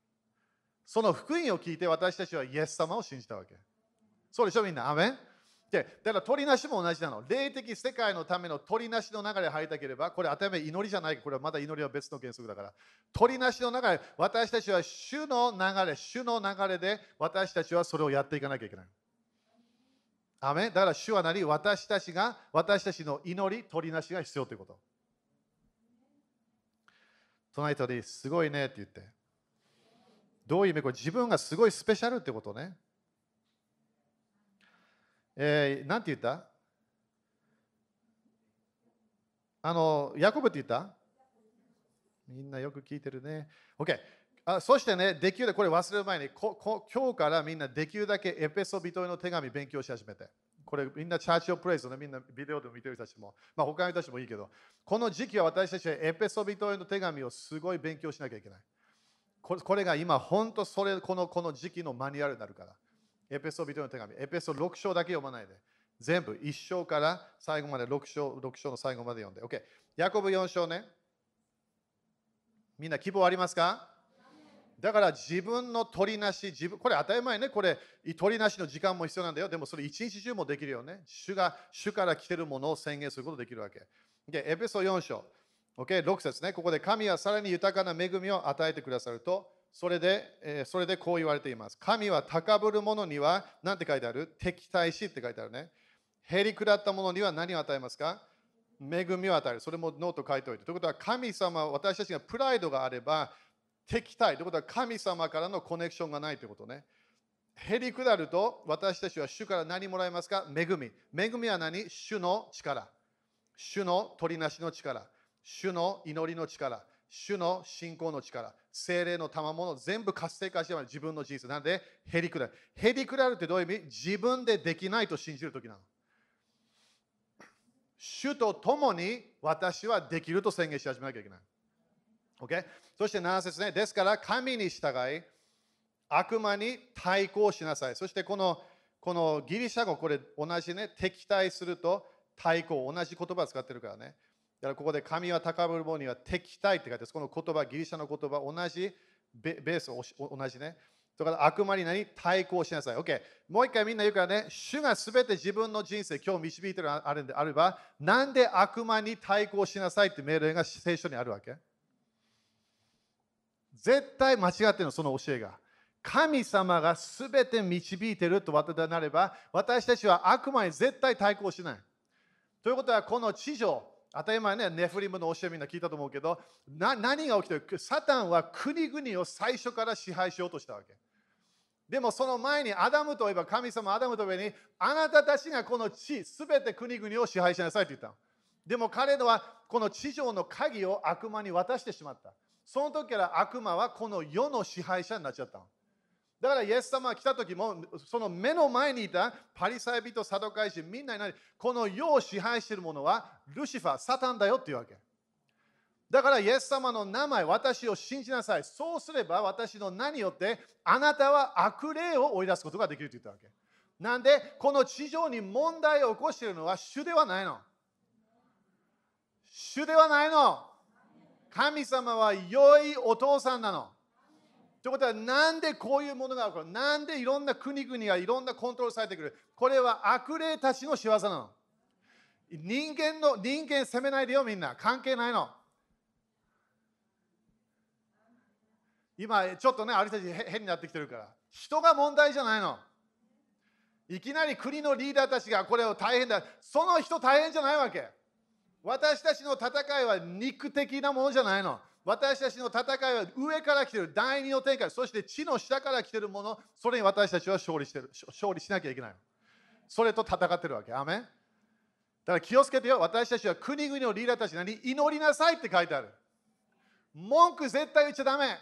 その福音を聞いて私たちはイエス様を信じたわけ。そうでしょみんな。アメン。 でだから取りなしも同じなの。霊的世界のための取りなしの流れに入りたければ、これ当たり前祈りじゃない、これはまだ祈りは別の原則だから。取りなしの流れ、私たちは主の流れ、主の流れで私たちはそれをやっていかなきゃいけない。アメン。だから主は何？私たちが、私たちの祈り、取りなしが必要ということ。隣人ですごいねって言って。どういう意味？これ自分がすごいスペシャルってことね。えー、なんて言った？あの、ヤコブって言った？みんなよく聞いてるね。OK。あそしてね、できるだけ、これ忘れる前にここ、今日からみんなできるだけエペソビトへの手紙勉強し始めて。これみんなチャーチオプレイスのね、みんなビデオでも見てる人たちも、まあ他の人たちもいいけど、この時期は私たちはエペソビトへの手紙をすごい勉強しなきゃいけない。これこれが今、本当それこの、この時期のマニュアルになるから。エペソビトの手紙。エペソろく章だけ読まないで。全部、いち章から最後までろく章、ろく章の最後まで読んで。OK。ヤコブよん章ね。みんな希望ありますか？だから自分の取りなし、自分、これ当たり前ね。これ、取りなしの時間も必要なんだよ。でもそれ一日中もできるよね。主が、主から来てるものを宣言することができるわけ。OK。エペソよん章。OK。ろく節ね。ここで神はさらに豊かな恵みを与えてくださると、それで、えー、それでこう言われています。神は高ぶる者には、なんて書いてある？敵対しって書いてあるね。へりくだった者には何を与えますか？恵みを与える。それもノート書いておいて。ということは、神様、私たちがプライドがあれば、敵対。ということは、神様からのコネクションがないということね。へりくだると、私たちは主から何もらえますか？恵み。恵みは何？主の力。主の取りなしの力。主の祈りの力。主の信仰の力。精霊の賜物を全部活性化して自分の人生。なので、へりくだる。へりくだるってどういう意味？自分でできないと信じるときなの。主と共に私はできると宣言し始めなきゃいけない。Okay? そしてなな節ね。ですから神に従い、悪魔に対抗しなさい。そしてこの、このギリシャ語、これ同じね、敵対すると対抗、同じ言葉を使ってるからね。だからここで神は高ぶる者には敵対って書いてます。この言葉、ギリシャの言葉、同じベース、同じね。だから悪魔に何？対抗しなさい。OK。もう一回みんな言うからね、主がすべて自分の人生、今日導いてるあるんであれば、なんで悪魔に対抗しなさいって命令が聖書にあるわけ？絶対間違ってるの、その教えが。神様がすべて導いてると私なれば、私たちは悪魔に絶対対抗しない。ということは、この地上、当たり前ね、ネフリムの教えみんな聞いたと思うけど、な何が起きてる？サタンは国々を最初から支配しようとしたわけ。でもその前にアダムといえば神様アダムと上にあなたたちがこの地すべて国々を支配しなさいと言ったの。でも彼らはこの地上の鍵を悪魔に渡してしまった。その時から悪魔はこの世の支配者になっちゃったの。だからイエス様が来た時もその目の前にいたパリサイ人、サドカイ人みんなにこの世を支配しているものはルシファー、サタンだよっていうわけ。だからイエス様の名前、私を信じなさい。そうすれば私の名によってあなたは悪霊を追い出すことができると言ったわけ。なんでこの地上に問題を起こしているのは主ではないの。主ではないの。神様は良いお父さんなの。ということはなんでこういうものが起こる？なんでいろんな国々がいろんなコントロールされてくる？これは悪霊たちの仕業なの。人間の人間責めないでよみんな。関係ないの。今ちょっとね、あれたち変になってきてるから。人が問題じゃないの。いきなり国のリーダーたちがこれを大変だ。その人大変じゃないわけ。私たちの戦いは肉的なものじゃないの。私たちの戦いは上から来ている第二の天から、そして地の下から来ているもの、それに私たちは勝利してる、勝利しなきゃいけないの。それと戦ってるわけ。アメン。だから気をつけてよ。私たちは国々のリーダーたちに祈りなさいって書いてある。文句絶対言っちゃダメ。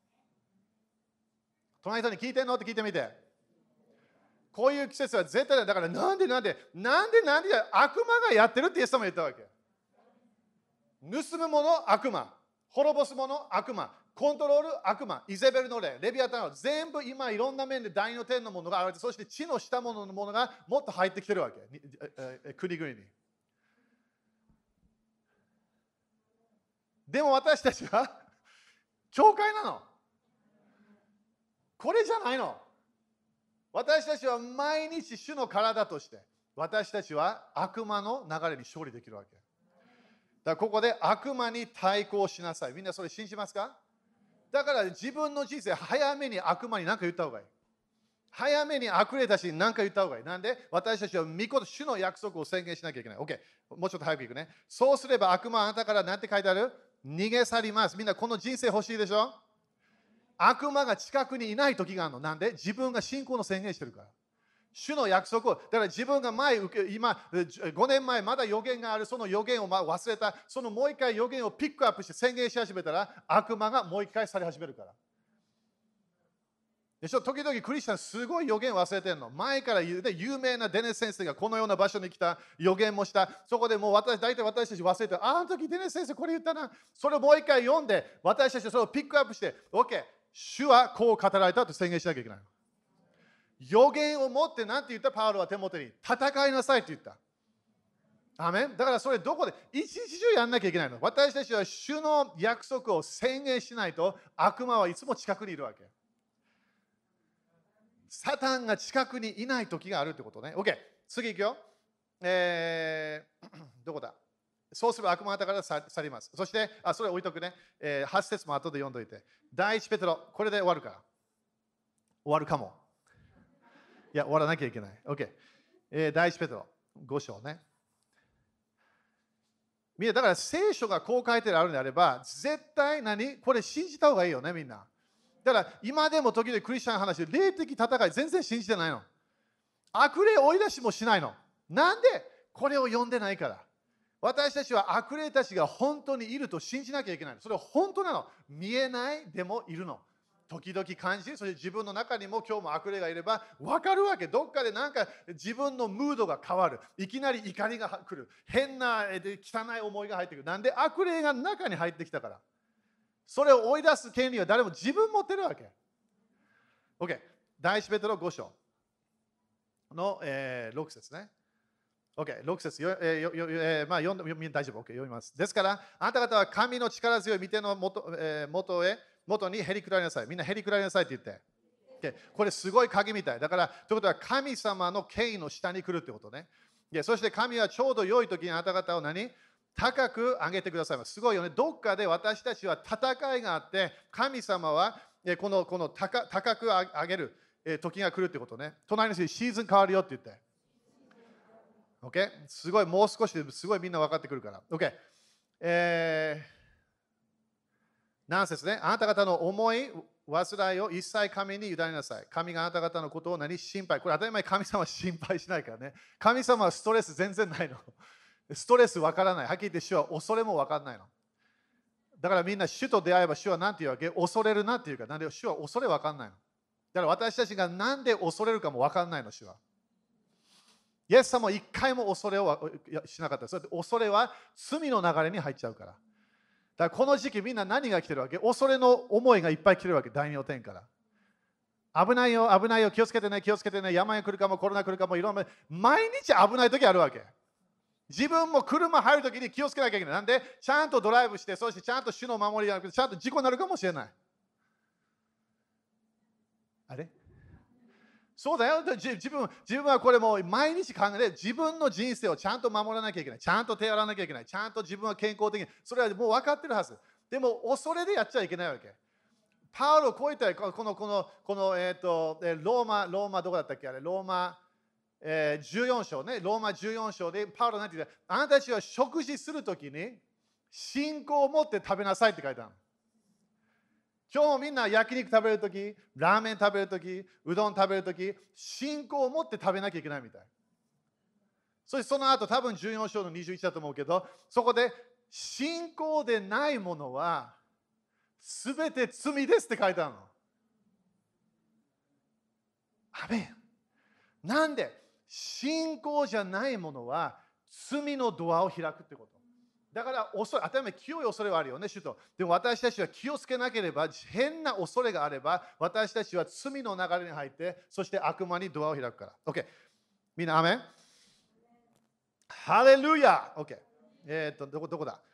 隣の人に聞いてんのって聞いてみて。こういう季節は絶対だ。だからなんでなんでなんでなんで悪魔がやってるってイエス様言ったわけ。盗むもの悪魔、滅ぼすもの悪魔、コントロール悪魔、イゼベルの霊、レビアタンの全部今いろんな面で第二の天のものがある。そして地の下もののものがもっと入ってきてるわけ。国々に。でも私たちは教会なの。これじゃないの。私たちは毎日主の体として私たちは悪魔の流れに勝利できるわけ。だからここで悪魔に対抗しなさい。みんなそれ信じますか？だから自分の人生、早めに悪魔に何か言った方がいい。早めに悪霊たちに何か言った方がいい。なんで私たちは御子と主の約束を宣言しなきゃいけない。OK。もうちょっと早くいくね。そうすれば悪魔はあなたから何て書いてある？逃げ去ります。みんなこの人生欲しいでしょ？悪魔が近くにいない時があるの。なんで自分が信仰の宣言してるから。主の約束を、だから自分が前、今、ごねんまえまだ予言がある、その予言を忘れた、そのもう一回予言をピックアップして宣言し始めたら、悪魔がもう一回され始めるから。でしょ、時々クリスチャンすごい予言忘れてるの。前から有名なデネス先生がこのような場所に来た、予言もした。そこでもう私、大体私たち忘れてる。あの時デネス先生これ言ったな。それをもう一回読んで、私たちはそれをピックアップして、OK、主はこう語られたと宣言しなきゃいけない。予言を持って何て言ったパウロは手元に戦いなさいって言った。アメン。だからそれどこで一日中やんなきゃいけないの。私たちは主の約束を宣言しないと悪魔はいつも近くにいるわけ。サタンが近くにいない時があるってことね。OK。次行くよ。えー、どこだ？そうすれば悪魔方から去ります。そして、あ、それ置いとくね。えー、はち節も後で読んどいて。第一ペテロ、これで終わるから。終わるかも。いや、終わらなきゃいけない。OK。えー、第一ペテロ、ご章ね。みんな、だから聖書がこう書いてあるのであれば、絶対何これ信じた方がいいよね、みんな。だから今でも時々クリスチャンの話、霊的戦い全然信じてないの。悪霊追い出しもしないの。なんでこれを読んでないから。私たちは悪霊たちが本当にいると信じなきゃいけない。それは本当なの。見えないでもいるの。時々感じ、そして自分の中にも今日も悪霊がいれば分かるわけ。どっかでなんか自分のムードが変わる。いきなり怒りが来る。変な汚い思いが入ってくる。なんで悪霊が中に入ってきたから。それを追い出す権利は誰も自分持ってるわけ。OK。第一ペテロご章の、えー、ろく節ね。OK。ろく節よ、えーよよえーまあ、読んで大丈夫。OK。読みます。ですから、あなた方は神の力強い御手の元、えー、元へ元にへりくらいなさい。みんなへりくらいなさいって言って。Okay、これすごい鍵みたい。だから、ということは神様の権威の下に来るってことね。でそして神はちょうど良い時にあなた方を何高く上げてくださいます。すごいよね。どっかで私たちは戦いがあって、神様はこのこの 高, 高く上げる時が来るってことね。隣の人にシーズン変わるよって言って。OK？ すごい、もう少しですごいみんな分かってくるから。OK。えー何節ね、あなた方の思い、煩いを一切神に委ねなさい。神があなた方のことを何心配。これ当たり前、神様は心配しないからね。神様はストレス全然ないの。ストレスわからない。はっきり言って主は恐れもわからないの。だからみんな主と出会えば主は何て言うわけ？恐れるなっていうか、なんで主は恐れわかんないの。だから私たちがなんで恐れるかもわかんないの、主は。イエス様も一回も恐れをしなかった。それで恐れは罪の流れに入っちゃうから。だからこの時期みんな何が来てるわけ？恐れの思いがいっぱい来てるわけ、大名天から。危ないよ、危ないよ、気をつけてね、気をつけてね、病が来るかも、コロナ来るかも、いろんな、毎日危ない時あるわけ。自分も車入るときに気をつけなきゃいけない。なんで、ちゃんとドライブして、そしてちゃんと主の守りじゃなくて、ちゃんと事故になるかもしれない。あれそうだよ。自分自分はこれもう毎日考えて、自分の人生をちゃんと守らなきゃいけない。ちゃんと手洗わなきゃいけない。ちゃんと自分は健康的に。それはもう分かってるはず。でも、恐れでやっちゃいけないわけ。パウロこういったこの、この、この、えっと、ローマ、ローマどこだったっけあれ、ローマ、えー、じゅうよん章ね、ローマじゅうよん章で、パウロなんて言ったあなたたちは食事するときに、信仰を持って食べなさいって書いてある。今日もみんな焼肉食べるとき、ラーメン食べるとき、うどん食べるとき、信仰を持って食べなきゃいけないみたい。そしてその後、多分じゅうよん章のにじゅういちだと思うけど、そこで、信仰でないものは、すべて罪ですって書いてあるの。アメン。なんで、信仰じゃないものは、罪のドアを開くってこと。だから恐れ、当たり前清い恐れはあるよね、主と。でも私たちは気をつけなければ、変な恐れがあれば、私たちは罪の流れに入って、そして悪魔にドアを開くから。OK。みんな、アメン。ハレルヤ !OK。えっと、どこどこだ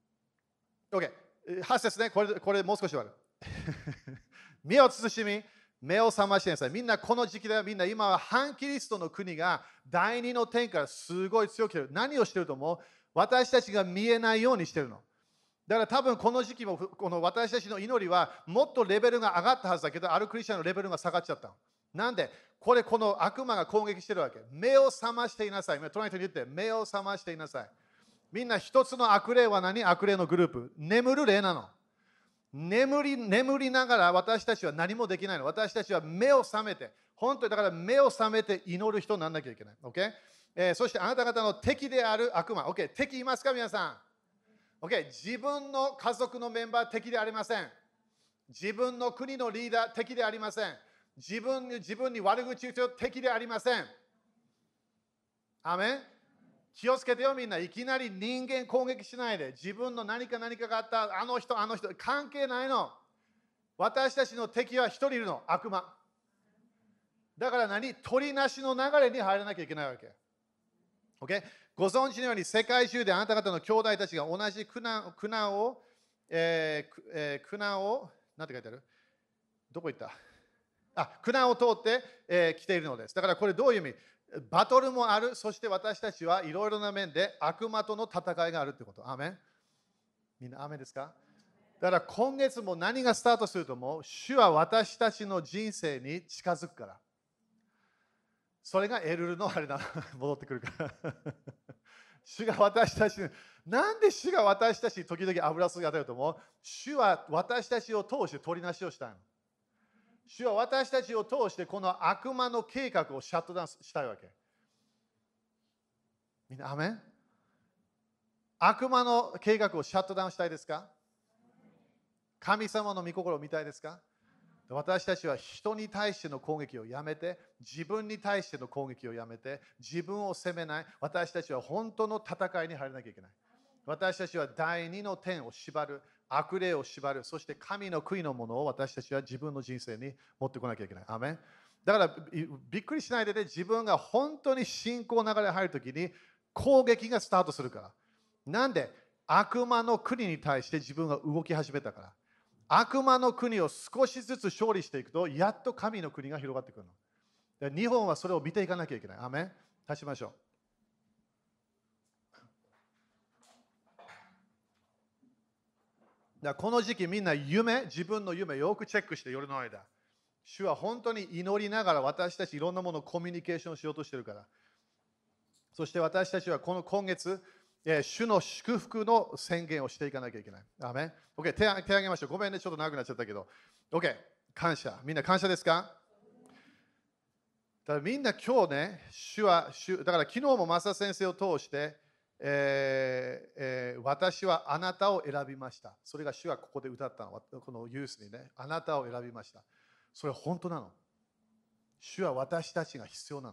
?OK。はち節ね、これ、これもう少しある。身を慎み、 目を覚ましてください。みんなこの時期ではみんな今は反キリストの国が第二の天からすごい強く来てる。何をしてると思う？私たちが見えないようにしてるの。だから多分この時期もこの私たちの祈りはもっとレベルが上がったはずだけど、あるクリスチャンのレベルが下がっちゃった。なんでこれこの悪魔が攻撃してるわけ。目を覚ましていなさい。隣人に言って、目を覚ましていなさい。みんな一つの悪霊は何？悪霊のグループ。眠る霊なの。眠り、眠りながら私たちは何もできないの。私たちは目を覚めて、本当にだから目を覚めて祈る人にならなきゃいけない。Okay？えー、そしてあなた方の敵である悪魔。Okay？ 敵いますか皆さん？ Okay？ 自分の家族のメンバー敵でありません。自分の国のリーダー敵でありません。自分に自分に悪口言う人敵でありません。アメン。気をつけてよみんな。いきなり人間攻撃しないで。自分の何か何かがあった、あの人、あの人、関係ないの。私たちの敵は一人いるの。悪魔。だから何？鳥なしの流れに入らなきゃいけないわけ。Okay？ ご存知のように世界中であなた方の兄弟たちが同じ苦難、苦難を、えーえー、苦難を、なんて書いてある？どこ行った？あ、苦難を通って、えー、来ているのです。だからこれどういう意味？バトルもある、そして私たちはいろいろな面で悪魔との戦いがあるということ。アーメン。みんなアーメンですか？だから今月も何がスタートすると思う？主は私たちの人生に近づくから。それがエルルのあれだ。戻ってくるから。主が私たちに、なんで主が私たちに時々油すが与えると思う？主は私たちを通して取りなしをしたいの。主は私たちを通してこの悪魔の計画をシャットダウンしたいわけ。みんな、アメン？悪魔の計画をシャットダウンしたいですか？神様の御心を見たいですか？私たちは人に対しての攻撃をやめて、自分に対しての攻撃をやめて、自分を責めない。私たちは本当の戦いに入らなきゃいけない。私たちは第二の天を縛る。悪霊を縛る、そして神の悔いのものを私たちは自分の人生に持ってこなきゃいけない。アメン。だからびっくりしないでね、自分が本当に信仰の流れに入るときに攻撃がスタートするから。なんで悪魔の国に対して自分が動き始めたから。悪魔の国を少しずつ勝利していくと、やっと神の国が広がってくるの。日本はそれを見ていかなきゃいけない。アメン。立ちましょう。だこの時期みんな夢、自分の夢よくチェックして夜の間。主は本当に祈りながら私たちいろんなものをコミュニケーションしようとしてるから。そして私たちはこの今月、えー、主の祝福の宣言をしていかなきゃいけない。アメン。OK、手, 手挙げましょう。ごめんね、ちょっと長くなっちゃったけど。OK、感謝。みんな感謝ですか？だからみんな今日ね、主は主、だから昨日もマサ先生を通して、えーえー、私はあなたを選びました。それが主がここで歌ったの。このユースにね、あなたを選びました。それは本当なの。主は私たちが必要なの。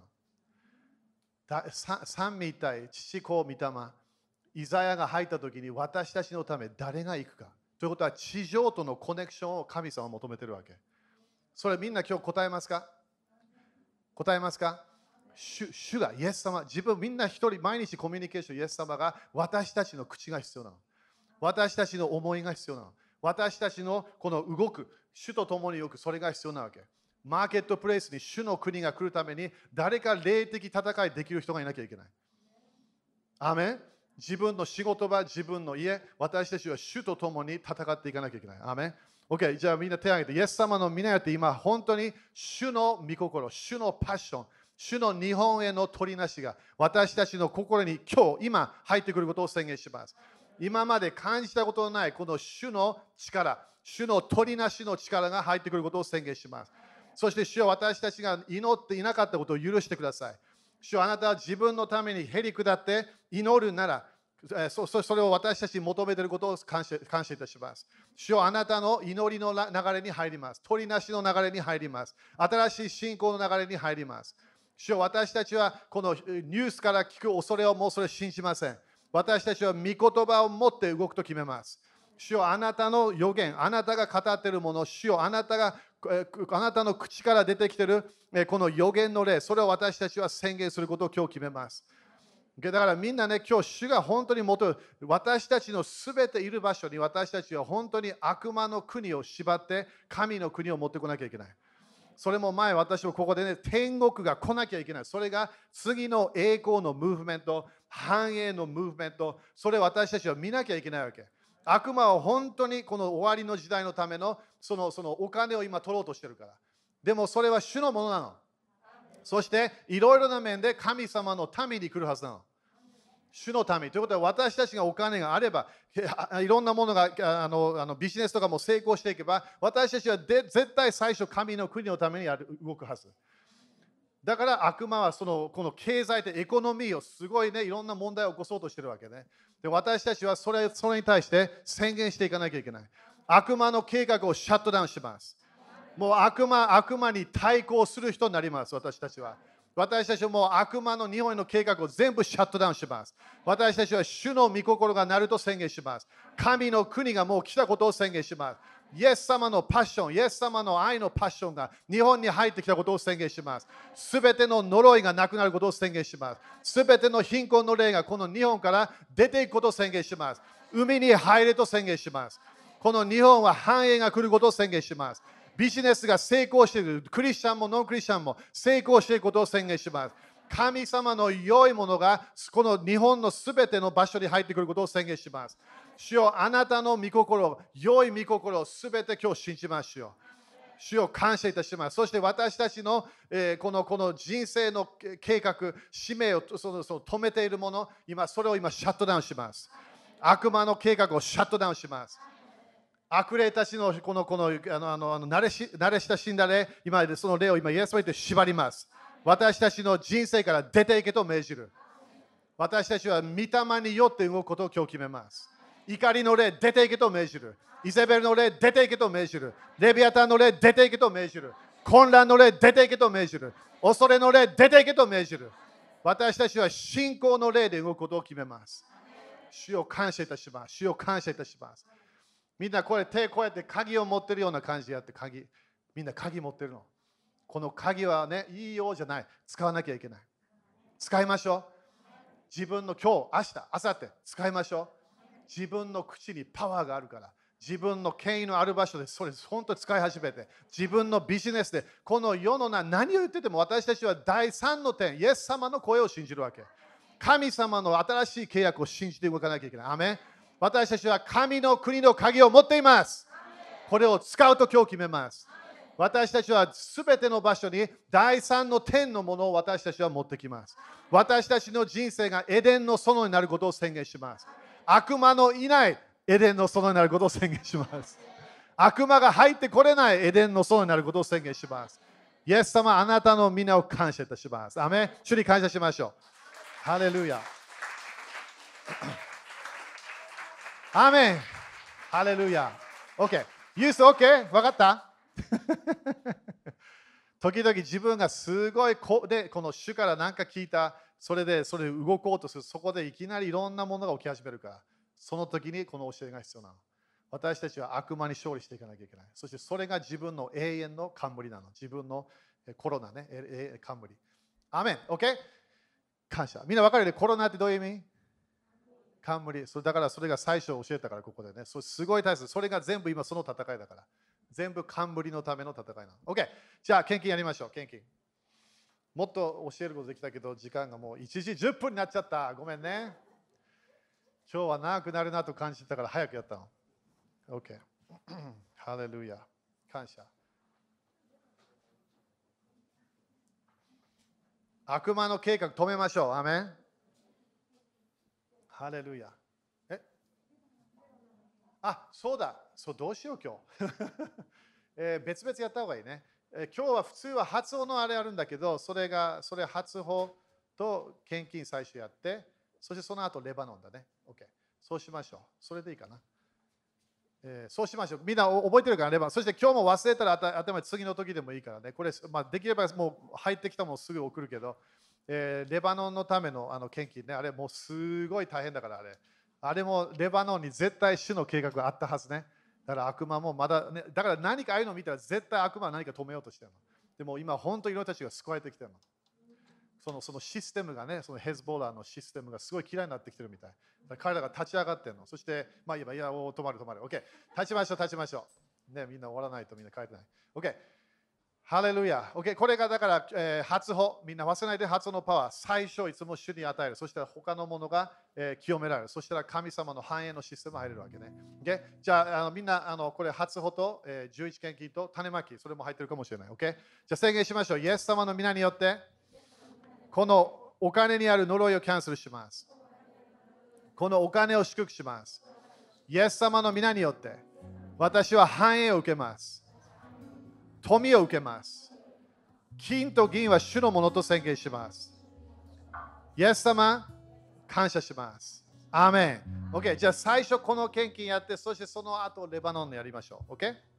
三位一体、父子御霊、イザヤが入った時に私たちのため誰が行くか。ということは地上とのコネクションを神様は求めているわけ。それみんな今日答えますか？答えますか？主, 主がイエス様、自分みんな一人毎日コミュニケーションイエス様が私たちの口が必要なの。私たちの思いが必要なの。私たちのこの動く、主と共に動く、それが必要なわけ。マーケットプレイスに主の国が来るために誰か霊的戦いできる人がいなきゃいけない。アーメン。自分の仕事場、自分の家、私たちは主と共に戦っていかなきゃいけない。アーメン。OK、じゃあみんな手を挙げて、イエス様の皆よって今本当に主の御心、主のパッション、主の日本への取りなしが私たちの心に今日、今入ってくることを宣言します。今まで感じたことのないこの主の力、主の取りなしの力が入ってくることを宣言します。そして主は私たちが祈っていなかったことを許してください。主はあなたは自分のためにへり下って祈るなら、そ, それを私たちに求めていることを感謝、感謝いたします。主はあなたの祈りの流れに入ります。取りなしの流れに入ります。新しい信仰の流れに入ります。主は私たちはこのニュースから聞く恐れをもうそれ信じません。私たちは御言葉を持って動くと決めます。主よあなたの予言、あなたが語っているもの、主よあなたがあなたの口から出てきているこの予言の例、それを私たちは宣言することを今日決めます。だからみんなね、今日主が本当に求める、私たちのすべている場所に私たちは本当に悪魔の国を縛って神の国を持ってこなきゃいけない。 それも前、私はここでね、天国が来なきゃいけない。それが次の栄光のムーブメント、繁栄のムーブメント、それを私たちは見なきゃいけないわけ。悪魔は本当にこの終わりの時代のためのそのそのお金を今取ろうとしてるから。でもそれは主のものなの。そしていろいろな面で神様のために来るはずなの。主のために。ということは私たちがお金があれば、いろんなものがあのあのビジネスとかも成功していけば、私たちはで絶対最初神の国のためにやる動くはず。だから悪魔はそのこの経済的エコノミーをすごいね、いろんな問題を起こそうとしてるわけね。で私たちはそれそれに対して宣言していかなきゃいけない。悪魔の計画をシャットダウンします。もう悪魔、悪魔に対抗する人になります、私たちは。私たちはもう悪魔の日本の計画を全部シャットダウンします。私たちは主の御心がなると宣言します。神の国がもう来たことを宣言します。イエス様のパッション、イエス様の愛のパッションが日本に入ってきたことを宣言します。すべての呪いがなくなることを宣言します。すべての貧困の霊がこの日本から出ていくことを宣言します。海に入れと宣言します。この日本は繁栄が来ることを宣言します。ビジネスが成功している、クリスチャンもノンクリスチャンも成功していることを宣言します。神様の良いものがこの日本のすべての場所に入ってくることを宣言します。主よ、あなたの御心、良い御心をすべて今日信じますよ。主を感謝いたします。そして私たちの、えー、この、この人生の計画、使命をそのその止めているもの、今それを今シャットダウンします。悪魔の計画をシャットダウンします。悪霊たちのこのこのあのあのあの慣れし慣れ親しんだ霊、今その霊を今イエス様に縛ります。私たちの人生から出ていけと命じる。私たちは御霊によって動くことを今日決めます。怒りの霊出ていけと命じる。イゼベルの霊出ていけと命じる。レビアタンの霊出ていけと命じる。混乱の霊出ていけと命じる。恐れの霊出ていけと命じる。私たちは信仰の霊で動くことを決めます。主を感謝いたします。主を感謝いたします。みんなこれ手こうやって鍵を持ってるような感じでやって鍵。みんな鍵持ってるの。この鍵はね、いいようじゃない。使わなきゃいけない。使いましょう。自分の今日、明日、明後日使いましょう。自分の口にパワーがあるから。自分の権威のある場所でそれ本当に使い始めて。自分のビジネスでこの世の中何を言ってても私たちは第三の点、イエス様の声を信じるわけ。神様の新しい契約を信じて動かなきゃいけない。アメン。私たちは神の国の鍵を持っています。これを使うと今日決めます。私たちはすべての場所に第三の点のものを私たちは持ってきます。私たちの人生がエデンの園になることを宣言します。悪魔のいないエデンの園になることを宣言します。悪魔が入ってこれないエデンの園になることを宣言します。イエス様、あなたの皆を感謝いたします。アメン。主に感謝しましょう。ハレルヤ。アーメン。ハレルヤ。OK。ユース OK？ 分かった時々自分がすごいこでこの主から何か聞いた、それでそれ動こうとする、そこでいきなりいろんなものが起き始めるから、その時にこの教えが必要なの。私たちは悪魔に勝利していかなきゃいけない。そしてそれが自分の永遠の冠なの。自分のコロナね、冠。アーメン。OK？ 感謝。みんな分かるよね、コロナってどういう意味？冠。それだからそれが最初教えたからここでね。それすごい大切。それが全部今その戦いだから。全部冠のための戦いなの。OK。じゃあ献金やりましょう。献金。もっと教えることできたけど、時間がもういちじじゅっぷんになっちゃった。ごめんね。今日は長くなるなと感じてたから早くやったの。OK。ハレルヤ。感謝。悪魔の計画止めましょう。アメン。ハレルヤ。えあ、そうだ。そう、どうしよう、今日。えー、別々やった方がいいね、えー。今日は普通は初歩のあれあるんだけど、それが、それ初歩と献金最初やって、そしてその後レバノンだね。OK。そうしましょう。それでいいかな。えー、そうしましょう。みんな覚えてるからレバノン。そして今日も忘れたら頭次の時でもいいからね。これ、まあ、できればもう入ってきたものすぐ送るけど、えー、レバノンのためのあの献金ね、あれもうすごい大変だからあれ。あれもレバノンに絶対主の計画があったはずね。だから悪魔もまだ、ね、だから何かああいうのを見たら絶対悪魔は何か止めようとしてるの。でも今本当にいろんな人たちが救われてきてるの。そのそのシステムがね、そのヘズボーラーのシステムがすごい嫌いになってきてるみたい。だ彼らが立ち上がってるの。そして、まあ今、いや、お止まる止まる。OK。立ちましょう、立ちましょう。ね、みんな終わらないとみんな帰ってない。OK。 ハレルヤ。OK、これがだから、えー発歩。みんな忘れないで発歩のパワー。最初いつも主に与える。そしたら他のものが、えー清められる。そしたら神様の繁栄のシステム入れるわけね。OK、じゃあ、あのみんなあのこれ発歩と、えー、じゅういち献金と種まき。それも入ってるかもしれない。OK、じゃあ宣言しましょう。イエス様の皆によって、このお金にある呪いをキャンセルします。このお金を祝福します。イエス様の皆によって、私は繁栄を受けます。富を受けます。金と銀は主のものと宣言します。イエス様、感謝します。アーメン。OK、じゃあ最初この献金やって、そしてその後レバノンでやりましょう。OK？